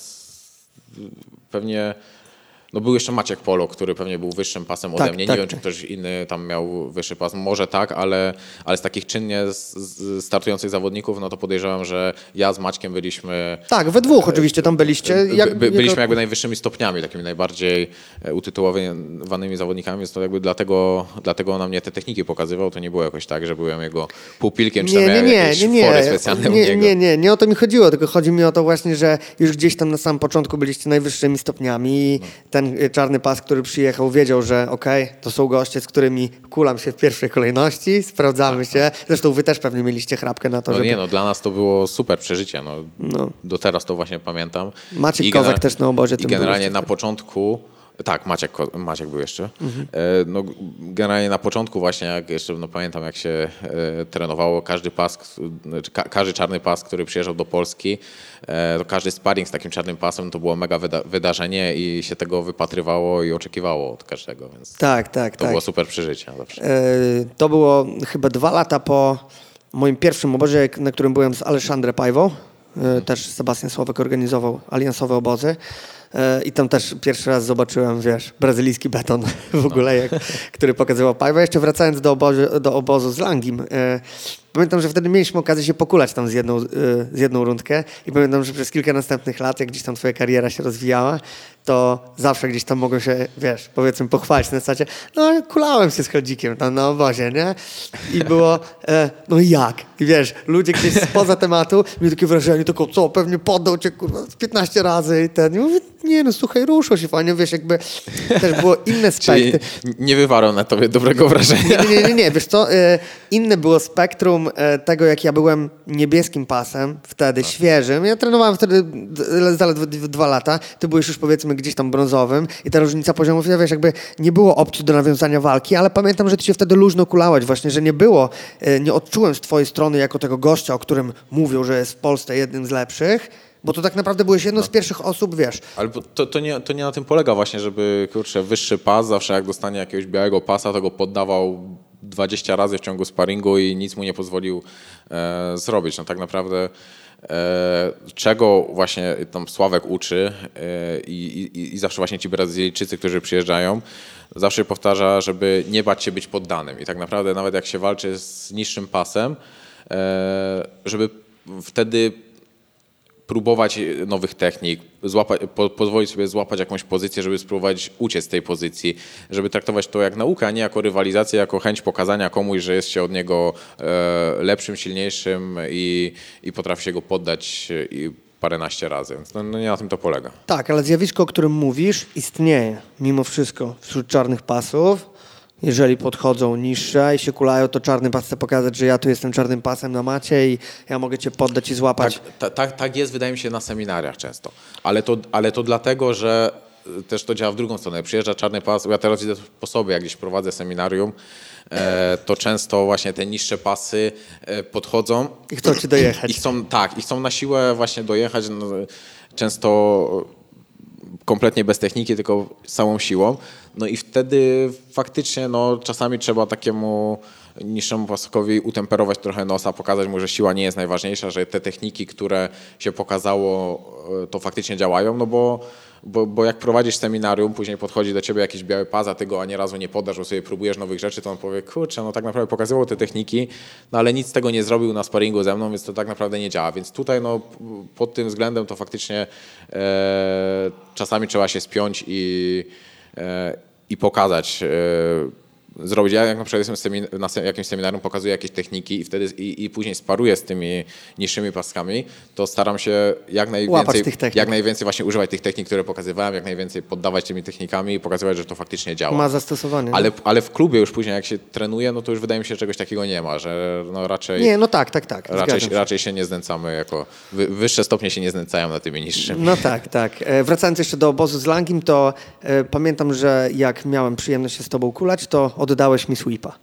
pewnie, no był jeszcze Maciek Polo, który pewnie był wyższym pasem ode tak, mnie. Nie tak, wiem, czy ktoś inny tam miał wyższy pas. Może tak, ale, ale z takich czynnie z, z startujących zawodników, no to podejrzewam, że ja z Maćkiem byliśmy... Tak, we dwóch oczywiście tam byliście. Jak, by, byliśmy jako... jakby najwyższymi stopniami, takimi najbardziej utytułowanymi zawodnikami, więc to jakby dlatego, dlatego on na mnie te techniki pokazywał. To nie było jakoś tak, że byłem jego pupilkiem, czy tam nie, miałem nie, jakieś nie, nie, fory specjalne nie, u niego. Nie, nie, nie o to mi chodziło, tylko chodzi mi o to właśnie, że już gdzieś tam na samym początku byliście najwyższymi stopniami. No. Ten czarny pas, który przyjechał, wiedział, że okej, okay, to są goście, z którymi kulam się w pierwszej kolejności, sprawdzamy tak, się. Zresztą wy też pewnie mieliście chrapkę na to, no żeby... nie, no dla nas to było super przeżycie. No, no. Do teraz to właśnie pamiętam. Maciek I Kozak też na obozie. I generalnie na początku... Tak, Maciek, Maciek był jeszcze. Mhm. No, generalnie na początku właśnie, jak jeszcze no, pamiętam, jak się e, trenowało, każdy pas, ka, każdy czarny pas, który przyjeżdżał do Polski, e, to każdy sparring z takim czarnym pasem to było mega wyda- wydarzenie i się tego wypatrywało i oczekiwało od każdego, więc tak, tak, to tak. było super przeżycie zawsze. E, to było chyba dwa lata po moim pierwszym obozie, na którym byłem z Aleszandrem Pajwą. E, też Sebastian Słowek organizował aliansowe obozy. I tam też pierwszy raz zobaczyłem, wiesz, brazylijski beton w ogóle, jak, który pokazywał Pajwa. Jeszcze wracając do obozu, do obozu z Langim, e, pamiętam, że wtedy mieliśmy okazję się pokulać tam z jedną, e, z jedną rundkę i pamiętam, że przez kilka następnych lat, jak gdzieś tam twoja kariera się rozwijała, to zawsze gdzieś tam mogłem się, wiesz, powiedzmy pochwalić na zasadzie, no kulałem się z Chodzikiem tam na obozie, nie? I było, e, no jak? I wiesz, ludzie gdzieś spoza tematu mieli takie wrażenie, tylko co, pewnie poddał cię kurwa piętnaście razy i ten. I mówię, nie no, słuchaj, ruszył się fajnie, wiesz, jakby też było inne spektrum. Czyli nie wywarł na tobie dobrego wrażenia. Nie, nie, nie, nie. wiesz co, e, inne było spektrum e, tego, jak ja byłem niebieskim pasem, wtedy tak. świeżym. Ja trenowałem wtedy d- zaledwie d- dwa lata, ty byłeś już powiedzmy gdzieś tam brązowym i ta różnica poziomów, ja wiesz, jakby nie było opcji do nawiązania walki, ale pamiętam, że ty się wtedy luźno kulałeś właśnie, że nie było, e, nie odczułem z twojej strony jako tego gościa, o którym mówią, że jest w Polsce jednym z lepszych, bo to tak naprawdę byłeś jedną no. z pierwszych osób, wiesz. Ale to, to, nie, to nie na tym polega właśnie, żeby, kurczę, wyższy pas, zawsze jak dostanie jakiegoś białego pasa, to go poddawał dwadzieścia razy w ciągu sparingu i nic mu nie pozwolił e, zrobić. No tak naprawdę e, czego właśnie tam Sławek uczy e, i, i, i zawsze właśnie ci Brazylijczycy, którzy przyjeżdżają, zawsze powtarza, żeby nie bać się być poddanym. I tak naprawdę nawet jak się walczy z niższym pasem, e, żeby wtedy próbować nowych technik, złapać, po, pozwolić sobie złapać jakąś pozycję, żeby spróbować uciec z tej pozycji, żeby traktować to jak naukę, a nie jako rywalizację, jako chęć pokazania komuś, że jest się od niego e, lepszym, silniejszym i, i potrafi się go poddać i paręnaście razy. No, no nie na tym to polega. Tak, ale zjawisko, o którym mówisz, istnieje mimo wszystko wśród czarnych pasów. Jeżeli podchodzą niższe i się kulają, to czarny pas chce pokazać, że ja tu jestem czarnym pasem na macie i ja mogę cię poddać i złapać. Tak, tak, tak jest, wydaje mi się, na seminariach często. Ale to, ale to dlatego, że też to działa w drugą stronę. Przyjeżdża czarny pas, ja teraz widzę po sobie, jak gdzieś prowadzę seminarium, e, to często właśnie te niższe pasy e, podchodzą. I chcą ci dojechać. I chcą, tak, i chcą na siłę właśnie dojechać. No, często kompletnie bez techniki, tylko całą siłą. No i wtedy faktycznie no, czasami trzeba takiemu niższemu pasokowi utemperować trochę nosa, pokazać mu, że siła nie jest najważniejsza, że te techniki, które się pokazało, to faktycznie działają, no bo, bo, bo jak prowadzisz seminarium, później podchodzi do ciebie jakiś biały pas, a ty go ani razu nie podasz, bo sobie próbujesz nowych rzeczy, to on powie, kurczę, no tak naprawdę pokazywał te techniki, no ale nic z tego nie zrobił na sparingu ze mną, więc to tak naprawdę nie działa. Więc tutaj no, pod tym względem to faktycznie e, czasami trzeba się spiąć i, e, i pokazać, e, zrobić. Ja jak na przykład jestem semin- na jakimś seminarium, pokazuję jakieś techniki i wtedy i, i później sparuję z tymi niższymi paskami, to staram się jak najwięcej, jak najwięcej właśnie używać tych technik, które pokazywałem, jak najwięcej poddawać tymi technikami i pokazywać, że to faktycznie działa. Ma zastosowanie. Ale, ale w klubie już później jak się trenuje, no to już wydaje mi się, że czegoś takiego nie ma, że no raczej... Nie, no tak, tak, tak. Raczej, się. raczej się nie znęcamy jako... Wy, wyższe stopnie się nie znęcają na tymi niższymi. No tak, tak. E, wracając jeszcze do obozu z Langim, to e, pamiętam, że jak miałem przyjemność się z tobą kulać, to oddałeś mi sweepa.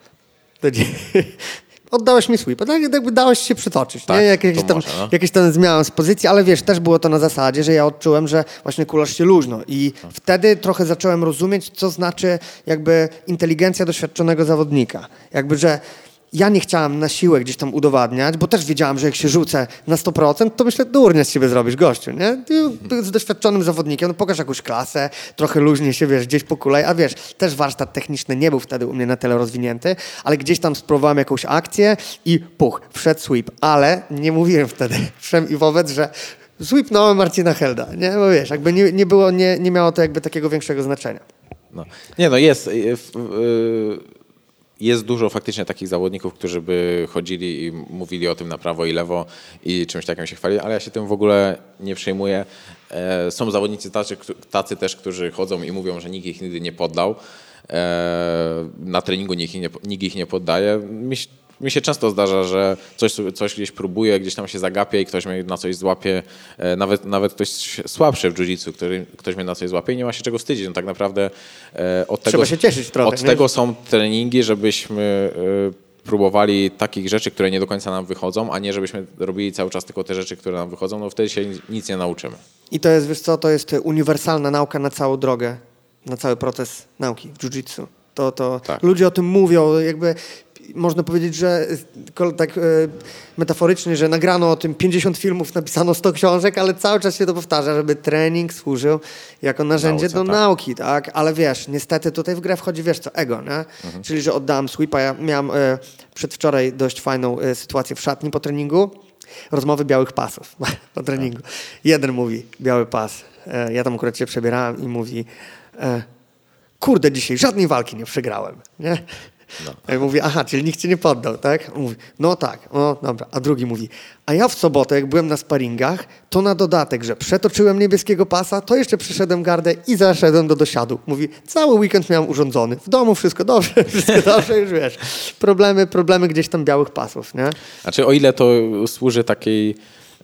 Oddałeś mi sweepa, tak? Jakby dałeś się przytoczyć. Tak, nie? Jak, jakieś, tam, może, no. jakieś tam zmiałem z pozycji, ale wiesz, też było to na zasadzie, że ja odczułem, że właśnie kulasz się luźno i no. wtedy trochę zacząłem rozumieć, co znaczy jakby inteligencja doświadczonego zawodnika. Jakby, że ja nie chciałem na siłę gdzieś tam udowadniać, bo też wiedziałem, że jak się rzucę na sto procent, to myślę, durnia z siebie zrobisz, gościu, nie? Ty z doświadczonym zawodnikiem, no pokaż jakąś klasę, trochę luźnie się, wiesz, gdzieś pokulaj, a wiesz, też warsztat techniczny nie był wtedy u mnie na tyle rozwinięty, ale gdzieś tam spróbowałem jakąś akcję i puch, wszedł sweep, ale nie mówiłem wtedy wszem i wobec, że sweepnąłem Marcina Helda, nie? Bo wiesz, jakby nie, nie było, nie, nie miało to jakby takiego większego znaczenia. No. Nie no, jest... Jest, yy... Jest dużo faktycznie takich zawodników, którzy by chodzili i mówili o tym na prawo i lewo i czymś takim się chwalili, ale ja się tym w ogóle nie przejmuję. E, są zawodnicy tacy, tacy też, którzy chodzą i mówią, że nikt ich nigdy nie poddał. E, na treningu nikt ich nie, nikt ich nie poddaje. Mi, mi się często zdarza, że coś, coś gdzieś próbuję, gdzieś tam się zagapie i ktoś mnie na coś złapie, e, nawet, nawet ktoś słabszy w jiu-jitsu, który ktoś mnie na coś złapie i nie ma się czego wstydzić. No tak naprawdę e, od, tego, się cieszyć trochę, od tego są treningi, żebyśmy e, próbowali takich rzeczy, które nie do końca nam wychodzą, a nie żebyśmy robili cały czas tylko te rzeczy, które nam wychodzą, no wtedy się nic nie nauczymy. I to jest, wiesz co, to jest uniwersalna nauka na całą drogę, na cały proces nauki w jiu-jitsu. To, to tak. Ludzie o tym mówią, jakby można powiedzieć, że tak e, metaforycznie, że nagrano o tym pięćdziesiąt filmów, napisano sto książek, ale cały czas się to powtarza, żeby trening służył jako narzędzie Nauce, do tak. nauki, tak? Ale wiesz, niestety tutaj w grę wchodzi, wiesz co, ego, nie? Mhm. Czyli, że oddałem sweepa. Ja miałem e, przedwczoraj dość fajną e, sytuację w szatni po treningu. Rozmowy białych pasów po treningu. Tak. Jeden mówi, biały pas. E, ja tam akurat się przebierałem i mówi, e, kurde, dzisiaj żadnej walki nie przegrałem, nie? No. Ja mówię, aha, czyli nikt cię nie poddał, tak? Mówi, no tak, no dobra. A drugi mówi, a ja w sobotę, jak byłem na sparingach, to na dodatek, że przetoczyłem niebieskiego pasa, to jeszcze przyszedłem gardę i zaszedłem do dosiadu. Mówi, cały weekend miałem urządzony. W domu wszystko dobrze, wszystko dobrze, już wiesz. Problemy, problemy gdzieś tam białych pasów, nie? Znaczy, o ile to służy takiej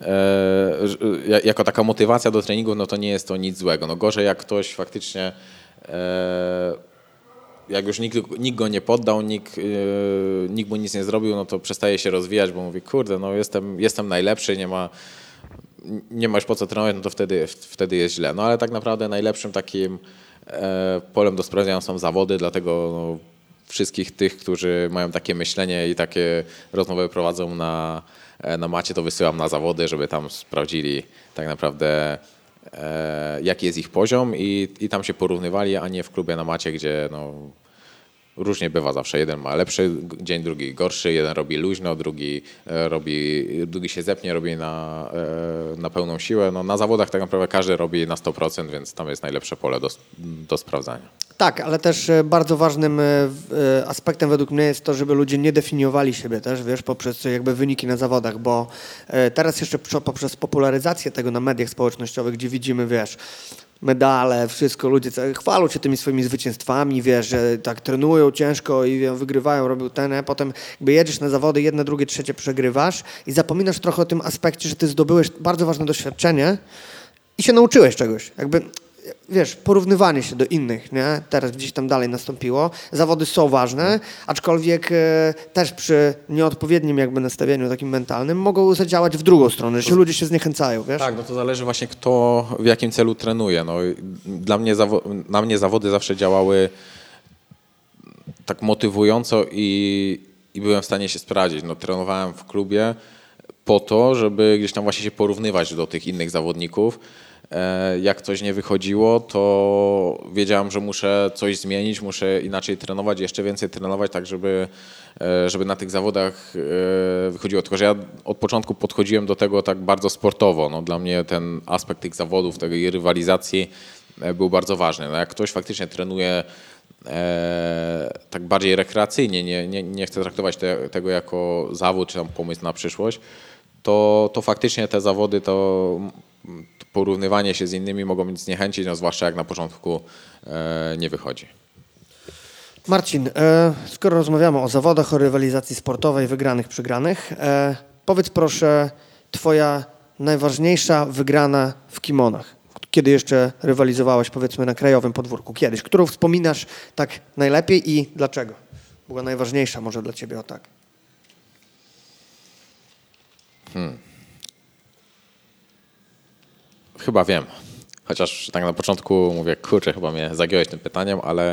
e, jako taka motywacja do treningu, no to nie jest to nic złego. No gorzej, jak ktoś faktycznie e, jak już nikt, nikt go nie poddał, nikt, yy, nikt mu nic nie zrobił, no to przestaje się rozwijać, bo mówi, kurde, no jestem, jestem najlepszy, nie ma, nie ma już po co trenować, no to wtedy, wtedy jest źle. No ale tak naprawdę najlepszym takim e, polem do sprawdzenia są zawody, dlatego no, wszystkich tych, którzy mają takie myślenie i takie rozmowy prowadzą na, na macie, to wysyłam na zawody, żeby tam sprawdzili tak naprawdę e, jaki jest ich poziom i, i tam się porównywali, a nie w klubie na macie, gdzie no, różnie bywa zawsze. Jeden ma lepszy dzień, drugi gorszy, jeden robi luźno, drugi robi, drugi się zepnie, robi na, na pełną siłę. No, na zawodach tak naprawdę każdy robi na sto procent, więc tam jest najlepsze pole do, do sprawdzania. Tak, ale też bardzo ważnym aspektem według mnie jest to, żeby ludzie nie definiowali siebie też, wiesz, poprzez jakby wyniki na zawodach, bo teraz jeszcze poprzez popularyzację tego na mediach społecznościowych, gdzie widzimy, wiesz, medale, wszystko, ludzie chwalą się tymi swoimi zwycięstwami, wiesz, że tak trenują ciężko i wygrywają, robią ten, a potem jakby jedziesz na zawody, jedne, drugie, trzecie przegrywasz i zapominasz trochę o tym aspekcie, że ty zdobyłeś bardzo ważne doświadczenie i się nauczyłeś czegoś. Jakby, wiesz, porównywanie się do innych, nie? Teraz gdzieś tam dalej nastąpiło. Zawody są ważne, aczkolwiek e, też przy nieodpowiednim jakby nastawieniu takim mentalnym mogą zadziałać w drugą stronę, że ludzie się zniechęcają, wiesz? Tak, no to zależy właśnie kto w jakim celu trenuje. No, dla mnie zawo- na mnie zawody zawsze działały tak motywująco i, i byłem w stanie się sprawdzić. No, trenowałem w klubie po to, żeby gdzieś tam właśnie się porównywać do tych innych zawodników. Jak coś nie wychodziło, to wiedziałem, że muszę coś zmienić, muszę inaczej trenować, jeszcze więcej trenować, tak żeby, żeby na tych zawodach wychodziło. Tylko że ja od początku podchodziłem do tego tak bardzo sportowo. No, dla mnie ten aspekt tych zawodów, tej rywalizacji był bardzo ważny. No, jak ktoś faktycznie trenuje e, tak bardziej rekreacyjnie, nie, nie, nie chce traktować te, tego jako zawód czy tam pomysł na przyszłość, to, to faktycznie te zawody to porównywanie się z innymi mogą mnie zniechęcić, no zwłaszcza jak na początku e, nie wychodzi. Marcin, e, skoro rozmawiamy o zawodach, o rywalizacji sportowej, wygranych, przegranych, e, powiedz proszę, twoja najważniejsza wygrana w kimonach. Kiedy jeszcze rywalizowałeś, powiedzmy, na krajowym podwórku? Kiedyś. Którą wspominasz tak najlepiej i dlaczego? Była najważniejsza może dla ciebie, o tak. Hmm. Chyba wiem. Chociaż tak na początku mówię, kurczę, chyba mnie zagiąłeś tym pytaniem, ale,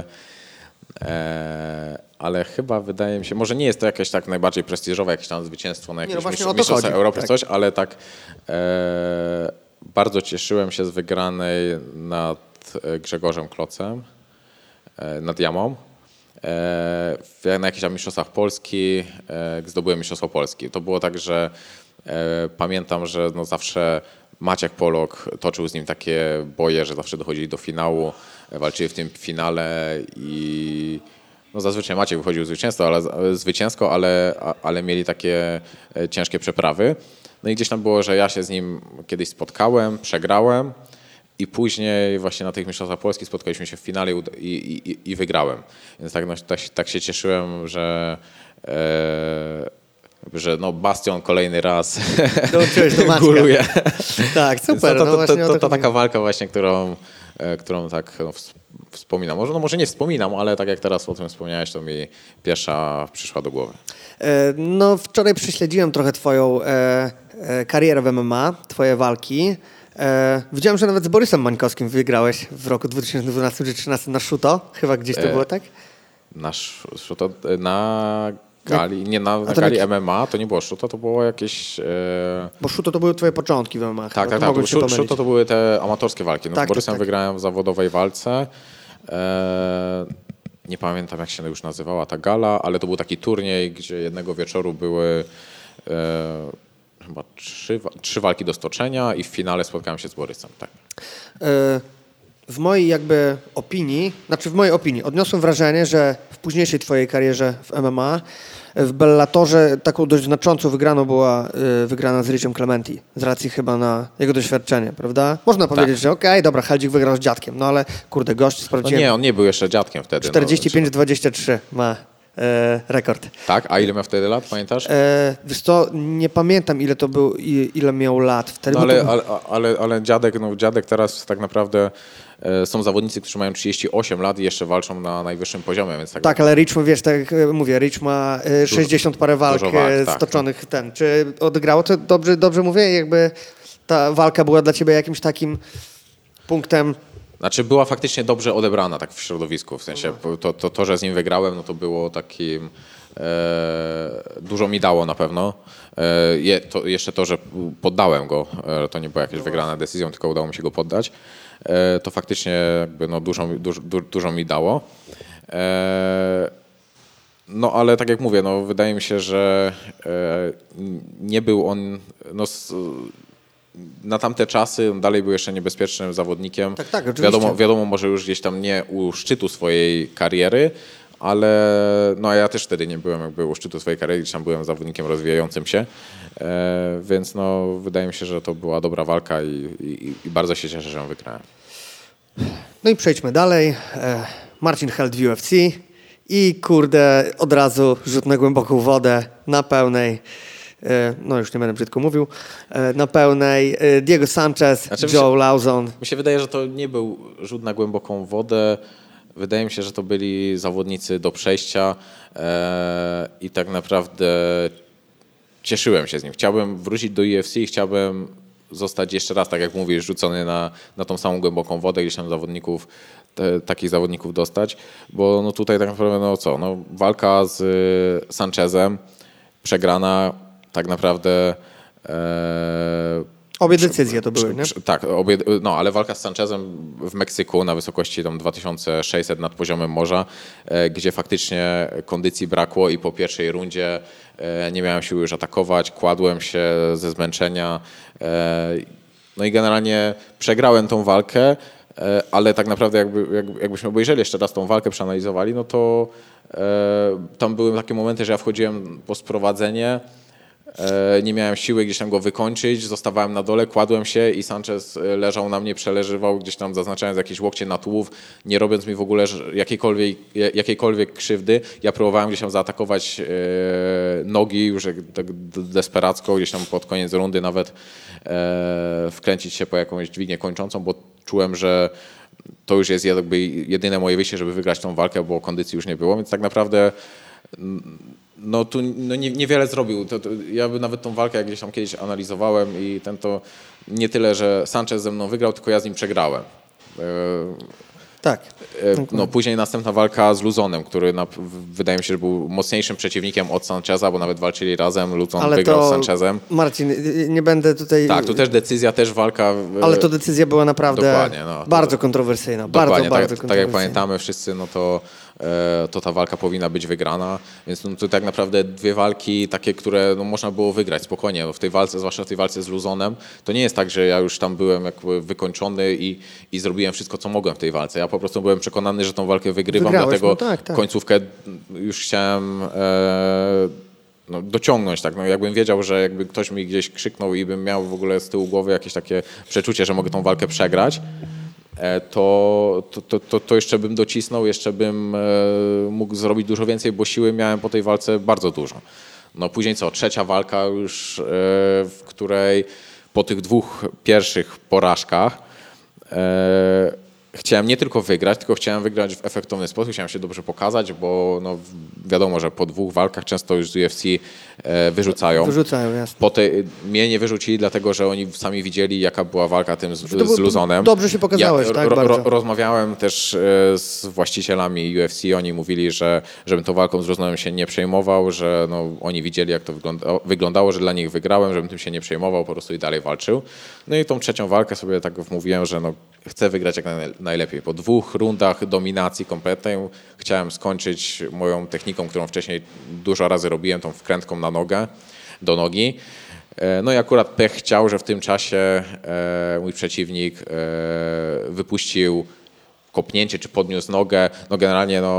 e, ale chyba wydaje mi się, może nie jest to jakieś tak najbardziej prestiżowe, jakieś tam zwycięstwo na jakieś no mistrzostwa Europy, tak. coś, ale tak e, bardzo cieszyłem się z wygranej nad Grzegorzem Klocem, e, nad Jamą. E, na jakichś tam mistrzostwach Polski e, zdobyłem mistrzostwo Polski. To było tak, że e, pamiętam, że no zawsze Maciek Polok toczył z nim takie boje, że zawsze dochodzili do finału, walczyli w tym finale i no zazwyczaj Maciek wychodził zwycięsko, ale, zwycięsko, ale, ale mieli takie ciężkie przeprawy. No i gdzieś tam było, że ja się z nim kiedyś spotkałem, przegrałem i później właśnie na tych mistrzostwach Polski spotkaliśmy się w finale i, i, i wygrałem. Więc tak, no, tak, tak się cieszyłem, że e, że no Bastion kolejny raz góruje. Tak, super. To, to, no to, to, to, to taka walka właśnie, którą, którą tak no, wspominam. Może, no, może nie wspominam, ale tak jak teraz o tym wspomniałeś, to mi pierwsza przyszła do głowy. No wczoraj prześledziłem trochę twoją e, e, karierę w M M A, twoje walki. E, widziałem, że nawet z Borysem Mańkowskim wygrałeś w roku dwa tysiące dwunastym czy dwa tysiące trzynastym na szuto. Chyba gdzieś to e, było, tak? Na szuto, na gali, nie na, na gali M M A, to nie było szuto, to było jakieś... E... Bo szuto to były twoje początki w M M A. Tak, tak, tak. To szuto, szuto to były te amatorskie walki. No, tak, z Borysem tak, tak. wygrałem w zawodowej walce. E... Nie pamiętam, jak się już nazywała ta gala, ale to był taki turniej, gdzie jednego wieczoru były e... chyba trzy, trzy walki do stoczenia i w finale spotkałem się z Borysem. Tak. E... W mojej jakby opinii, znaczy w mojej opinii odniosłem wrażenie, że w późniejszej twojej karierze w M M A. W Bellatorze taką dość znaczącą wygraną była y, wygrana z Richem Clementi, z racji chyba na jego doświadczenie, prawda? Można powiedzieć, tak. że okej, okay, dobra, Heldzik wygrał z dziadkiem, no ale kurde, gość sprawdziłem. No nie, on nie był jeszcze dziadkiem wtedy. czterdzieści pięć dwadzieścia trzy ma e, rekord. Tak? A ile miał wtedy lat, pamiętasz? E, wiesz co, nie pamiętam ile to był, ile miał lat wtedy. No ale, to... ale, ale, ale dziadek, no dziadek teraz tak naprawdę e, są zawodnicy, którzy mają trzydzieści osiem lat i jeszcze walczą na najwyższym poziomie, więc tak. Tak, ale Rich, wiesz, tak jak mówię, Rich ma e, sześćdziesiąt parę walk, walk tak, stoczonych tak. ten. Czy odegrało to dobrze, dobrze mówię? Jakby ta walka była dla ciebie jakimś takim punktem. Znaczy była faktycznie dobrze odebrana tak w środowisku, w sensie to, to, to że z nim wygrałem, no to było takim, e, dużo mi dało na pewno. E, je, to, jeszcze to, że poddałem go, e, to nie była jakaś wygrana decyzją, tylko udało mi się go poddać, e, to faktycznie jakby no dużo, dużo, dużo mi dało. E, no ale tak jak mówię, no wydaje mi się, że e, nie był on... No, na tamte czasy dalej był jeszcze niebezpiecznym zawodnikiem. Tak, tak, oczywiście. Wiadomo, wiadomo, może już gdzieś tam nie u szczytu swojej kariery, ale no ja też wtedy nie byłem jakby u szczytu swojej kariery, gdzieś tam byłem zawodnikiem rozwijającym się, e, więc no wydaje mi się, że to była dobra walka i, i, i bardzo się cieszę, że ją wygrałem. No i przejdźmy dalej. E, Marcin Held w U F C i kurde od razu rzut na głęboką wodę, na pełnej. No już nie będę brzydko mówił, na pełnej Diego Sanchez, znaczy, Joe się, Lauzon. Mi się wydaje, że to nie był rzut na głęboką wodę. Wydaje mi się, że to byli zawodnicy do przejścia e, i tak naprawdę cieszyłem się z nim. Chciałbym wrócić do U F C i chciałbym zostać jeszcze raz, tak jak mówisz, rzucony na, na tą samą głęboką wodę, gdzieś tam zawodników, te, takich zawodników dostać, bo no tutaj tak naprawdę no co, no walka z Sanchezem, przegrana tak naprawdę... E, obie decyzje to były, nie? Tak, obie, no ale walka z Sanchezem w Meksyku na wysokości tam dwa tysiące sześćset nad poziomem morza, e, gdzie faktycznie kondycji brakło i po pierwszej rundzie e, nie miałem siły już atakować, kładłem się ze zmęczenia, e, no i generalnie przegrałem tą walkę, e, ale tak naprawdę jakby, jak, jakbyśmy obejrzeli jeszcze raz tą walkę, przeanalizowali, no to e, tam były takie momenty, że ja wchodziłem po sprowadzenie, nie miałem siły gdzieś tam go wykończyć, zostawałem na dole, kładłem się i Sanchez leżał na mnie, przeleżywał, gdzieś tam zaznaczając jakieś łokcie na tułów, nie robiąc mi w ogóle jakiejkolwiek, jakiejkolwiek krzywdy. Ja próbowałem gdzieś tam zaatakować e, nogi już tak desperacko, gdzieś tam pod koniec rundy nawet e, wkręcić się po jakąś dźwignię kończącą, bo czułem, że to już jest jakby jedyne moje wyjście, żeby wygrać tą walkę, bo kondycji już nie było, więc tak naprawdę no tu no nie, niewiele zrobił. To, to, ja by nawet tą walkę jak gdzieś tam kiedyś analizowałem i ten to nie tyle, że Sanchez ze mną wygrał, tylko ja z nim przegrałem. Tak. No, później następna walka z Luzonem, który na, wydaje mi się, że był mocniejszym przeciwnikiem od Sancheza, bo nawet walczyli razem, Luzon ale wygrał to, z Sanchezem. Marcin, nie będę tutaj... Tak, tu też decyzja, też walka... Ale to decyzja była naprawdę dokładnie, no, bardzo to, kontrowersyjna. Dokładnie, bardzo, tak, bardzo tak kontrowersyjna. jak pamiętamy wszyscy, no to, to ta walka powinna być wygrana, więc no, to tak naprawdę dwie walki takie, które no, można było wygrać spokojnie. W tej walce, zwłaszcza w tej walce z Luzonem, to nie jest tak, że ja już tam byłem jakby wykończony i, i zrobiłem wszystko, co mogłem w tej walce. Ja po prostu byłem przekonany, że tą walkę wygrywam, Wygrałeś, dlatego no tak, tak. końcówkę już chciałem e, no, dociągnąć. Tak? No, jakbym wiedział, że jakby ktoś mi gdzieś krzyknął i bym miał w ogóle z tyłu głowy jakieś takie przeczucie, że mogę tą walkę przegrać, e, to, to, to, to jeszcze bym docisnął, jeszcze bym e, mógł zrobić dużo więcej, bo siły miałem po tej walce bardzo dużo. No później co, trzecia walka już, e, w której po tych dwóch pierwszych porażkach e, chciałem nie tylko wygrać, tylko chciałem wygrać w efektowny sposób, chciałem się dobrze pokazać, bo no wiadomo, że po dwóch walkach często już z U F C e, wyrzucają. Wyrzucają, jasne. Po tej, mnie nie wyrzucili, dlatego że oni sami widzieli, jaka była walka tym z, z Luzonem. Dobrze się pokazałeś, ja, tak ro, bardzo. Ro, rozmawiałem też e, z właścicielami U F C, oni mówili, że żebym tą walką z Luzonem się nie przejmował, że no, oni widzieli, jak to wygląda, wyglądało, że dla nich wygrałem, żebym tym się nie przejmował, po prostu i dalej walczył. No i tą trzecią walkę sobie tak wmówiłem, że no, chcę wygrać jak najlepiej. Po dwóch rundach dominacji kompletnej chciałem skończyć moją techniką, którą wcześniej dużo razy robiłem, tą wkrętką na nogę, do nogi. No i akurat pech chciał, że w tym czasie mój przeciwnik wypuścił kopnięcie czy podniósł nogę. No generalnie no,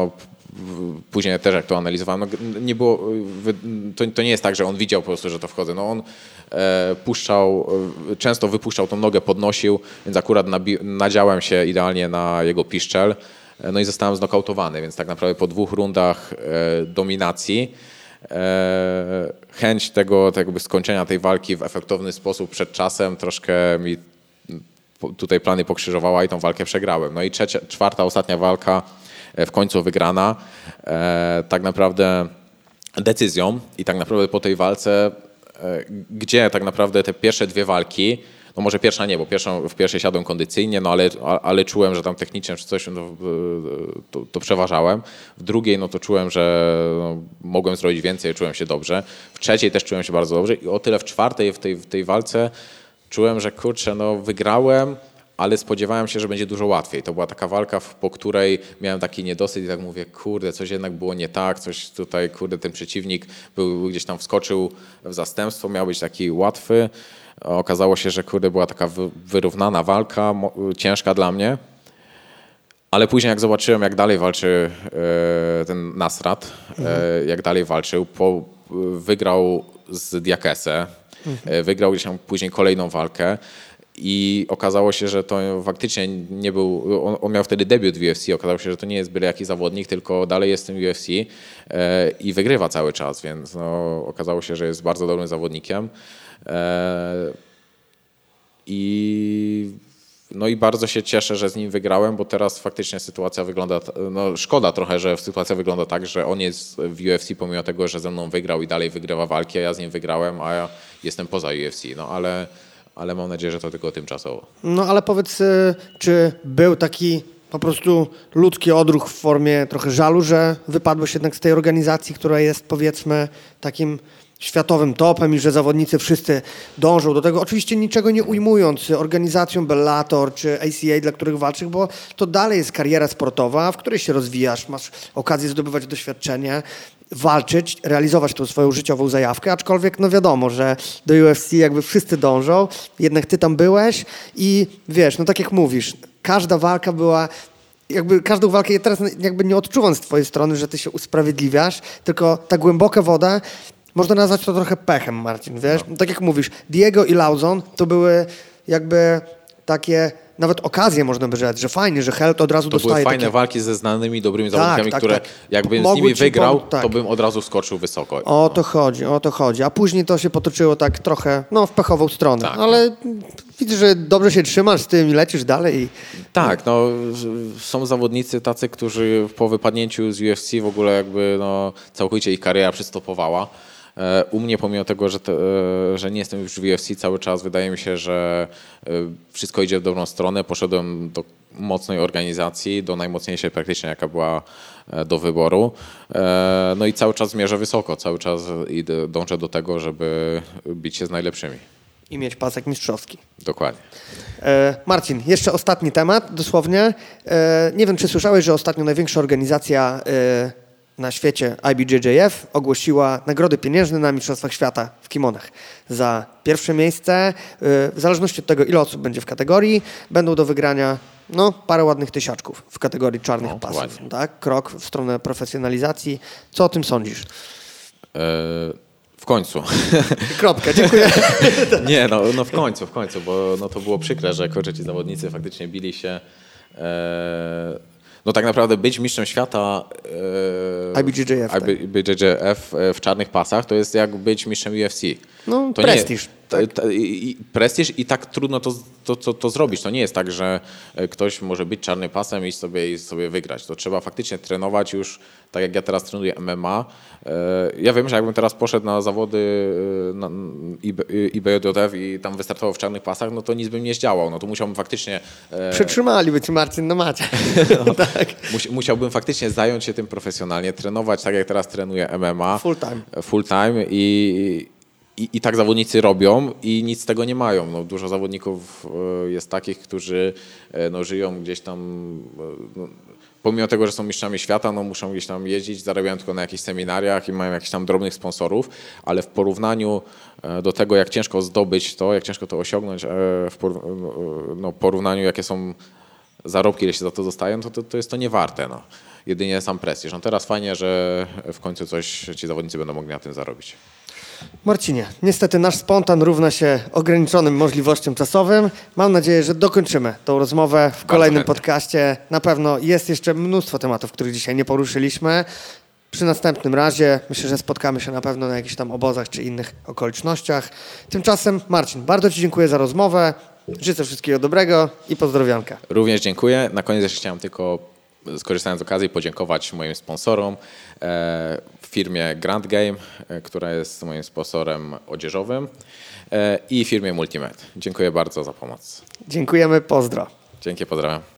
później też jak to analizowałem, no, nie było, to, to nie jest tak, że on widział po prostu, że to wchodzę. No on e, puszczał, e, często wypuszczał tą nogę, podnosił, więc akurat nabi- nadziałem się idealnie na jego piszczel. No i zostałem znokautowany, więc tak naprawdę po dwóch rundach e, dominacji e, chęć tego, tego jakby skończenia tej walki w efektowny sposób przed czasem troszkę mi tutaj plany pokrzyżowała i tą walkę przegrałem. No i trzecia, czwarta, ostatnia walka w końcu wygrana e, tak naprawdę decyzją i tak naprawdę po tej walce, e, gdzie tak naprawdę te pierwsze dwie walki, no może pierwsza nie, bo pierwszą, w pierwszej siadłem kondycyjnie, no ale, ale czułem, że tam technicznie czy coś, no, to, to przeważałem. W drugiej no to czułem, że no, mogłem zrobić więcej, czułem się dobrze. W trzeciej też czułem się bardzo dobrze i o tyle w czwartej w tej, w tej walce czułem, że kurczę, no wygrałem, ale spodziewałem się, że będzie dużo łatwiej. To była taka walka, po której miałem taki niedosyt i tak mówię, kurde, coś jednak było nie tak, coś tutaj, kurde, ten przeciwnik był gdzieś tam wskoczył w zastępstwo, miał być taki łatwy. Okazało się, że kurde, była taka wyrównana walka, ciężka dla mnie. Ale później jak zobaczyłem, jak dalej walczy ten Nasrat, mhm. jak dalej walczył, po, wygrał z Diakese, mhm. wygrał gdzieś tam później kolejną walkę. I okazało się, że to faktycznie nie był, on, on miał wtedy debiut w U F C, okazało się, że to nie jest byle jaki zawodnik, tylko dalej jest w tym U F C e, i wygrywa cały czas, więc no, okazało się, że jest bardzo dobrym zawodnikiem. E, I no i bardzo się cieszę, że z nim wygrałem, bo teraz faktycznie sytuacja wygląda, no szkoda trochę, że sytuacja wygląda tak, że on jest w U F C pomimo tego, że ze mną wygrał i dalej wygrywa walki, a ja z nim wygrałem, a ja jestem poza U F C, no ale ale mam nadzieję, że to tylko tymczasowo. No ale powiedz, czy był taki po prostu ludzki odruch w formie trochę żalu, że wypadłeś jednak z tej organizacji, która jest powiedzmy takim światowym topem i że zawodnicy wszyscy dążą do tego, oczywiście niczego nie ujmując organizacjom Bellator czy A C A, dla których walczysz, bo to dalej jest kariera sportowa, w której się rozwijasz, masz okazję zdobywać doświadczenie, walczyć, realizować tą swoją życiową zajawkę, aczkolwiek no wiadomo, że do U F C jakby wszyscy dążą, jednak ty tam byłeś i wiesz, no tak jak mówisz, każda walka była, jakby każdą walkę, ja teraz jakby nie odczuwam z twojej strony, że ty się usprawiedliwiasz, tylko ta głęboka woda, można nazwać to trochę pechem, Marcin, wiesz? No. Tak jak mówisz, Diego i Lauzon to były jakby takie nawet okazje, można by rzec, że fajnie, że Held od razu to dostaje... To były fajne takie... walki ze znanymi, dobrymi zawodnikami, tak, tak, które tak. jakbym Mogły z nimi wygrał, pom- tak. to bym od razu skoczył wysoko. O no. to chodzi, o to chodzi. A później to się potoczyło tak trochę, no w pechową stronę. Tak, ale no. Widzę, że dobrze się trzymasz z tym i lecisz dalej. I... Tak, no są zawodnicy tacy, którzy po wypadnięciu z U F C w ogóle jakby no całkowicie ich kariera przystopowała. U mnie, pomimo tego, że, te, że nie jestem już w U F C cały czas, wydaje mi się, że wszystko idzie w dobrą stronę. Poszedłem do mocnej organizacji, do najmocniejszej praktycznie, jaka była do wyboru. No i cały czas zmierzę wysoko, cały czas idę, dążę do tego, żeby bić się z najlepszymi. I mieć pasek mistrzowski. Dokładnie. E, Marcin, jeszcze ostatni temat, dosłownie. E, nie wiem, czy słyszałeś, że ostatnio największa organizacja e, na świecie I B J J F ogłosiła nagrody pieniężne na Mistrzostwach Świata w kimonach. Za pierwsze miejsce, w zależności od tego, ile osób będzie w kategorii, będą do wygrania no, parę ładnych tysiaczków w kategorii czarnych no, pasów. Tak? Krok w stronę profesjonalizacji. Co o tym sądzisz? E, w końcu. Kropka, dziękuję. Nie, no, no w końcu, w końcu, bo no, to było przykre, że kurczę, ci zawodnicy faktycznie bili się... E, No tak naprawdę być mistrzem świata e, I B J J F, I B J J F w czarnych pasach to jest jak być mistrzem U F C. No to prestiż. Nie, tak. ta, ta, i, prestiż i tak trudno to, to, to, to zrobić. To nie jest tak, że ktoś może być czarnym pasem i sobie, i sobie wygrać. To trzeba faktycznie trenować już, tak jak ja teraz trenuję M M A. Ja wiem, że jakbym teraz poszedł na zawody na I B J J F i tam wystartował w czarnych pasach, no to nic bym nie zdziałał. No to musiałbym faktycznie... Przytrzymaliby ci Marcin na macie. No, tak. Musiałbym faktycznie zająć się tym profesjonalnie, trenować tak jak teraz trenuję M M A. Full time. Full time i, i, i tak zawodnicy robią i nic z tego nie mają. No, dużo zawodników jest takich, którzy no, żyją gdzieś tam... No, pomimo tego, że są mistrzami świata, no muszą gdzieś tam jeździć, zarabiają tylko na jakichś seminariach i mają jakichś tam drobnych sponsorów, ale w porównaniu do tego, jak ciężko zdobyć to, jak ciężko to osiągnąć, w no, porównaniu, jakie są zarobki, ile się za to dostają, to, to, to jest to nie warte. No. Jedynie sam prestiż. No teraz fajnie, że w końcu coś ci zawodnicy będą mogli na tym zarobić. Marcinie, niestety nasz spontan równa się ograniczonym możliwościom czasowym. Mam nadzieję, że dokończymy tą rozmowę w kolejnym podcaście. Na pewno jest jeszcze mnóstwo tematów, których dzisiaj nie poruszyliśmy. Przy następnym razie myślę, że spotkamy się na pewno na jakichś tam obozach czy innych okolicznościach. Tymczasem Marcin, bardzo Ci dziękuję za rozmowę. Życzę wszystkiego dobrego i pozdrowionka. Również dziękuję. Na koniec jeszcze chciałem tylko, skorzystając z okazji, podziękować moim sponsorom e, w firmie Grand Game, e, która jest moim sponsorem odzieżowym e, i firmie Multimed. Dziękuję bardzo za pomoc. Dziękujemy, pozdro. Dzięki, pozdrawiam.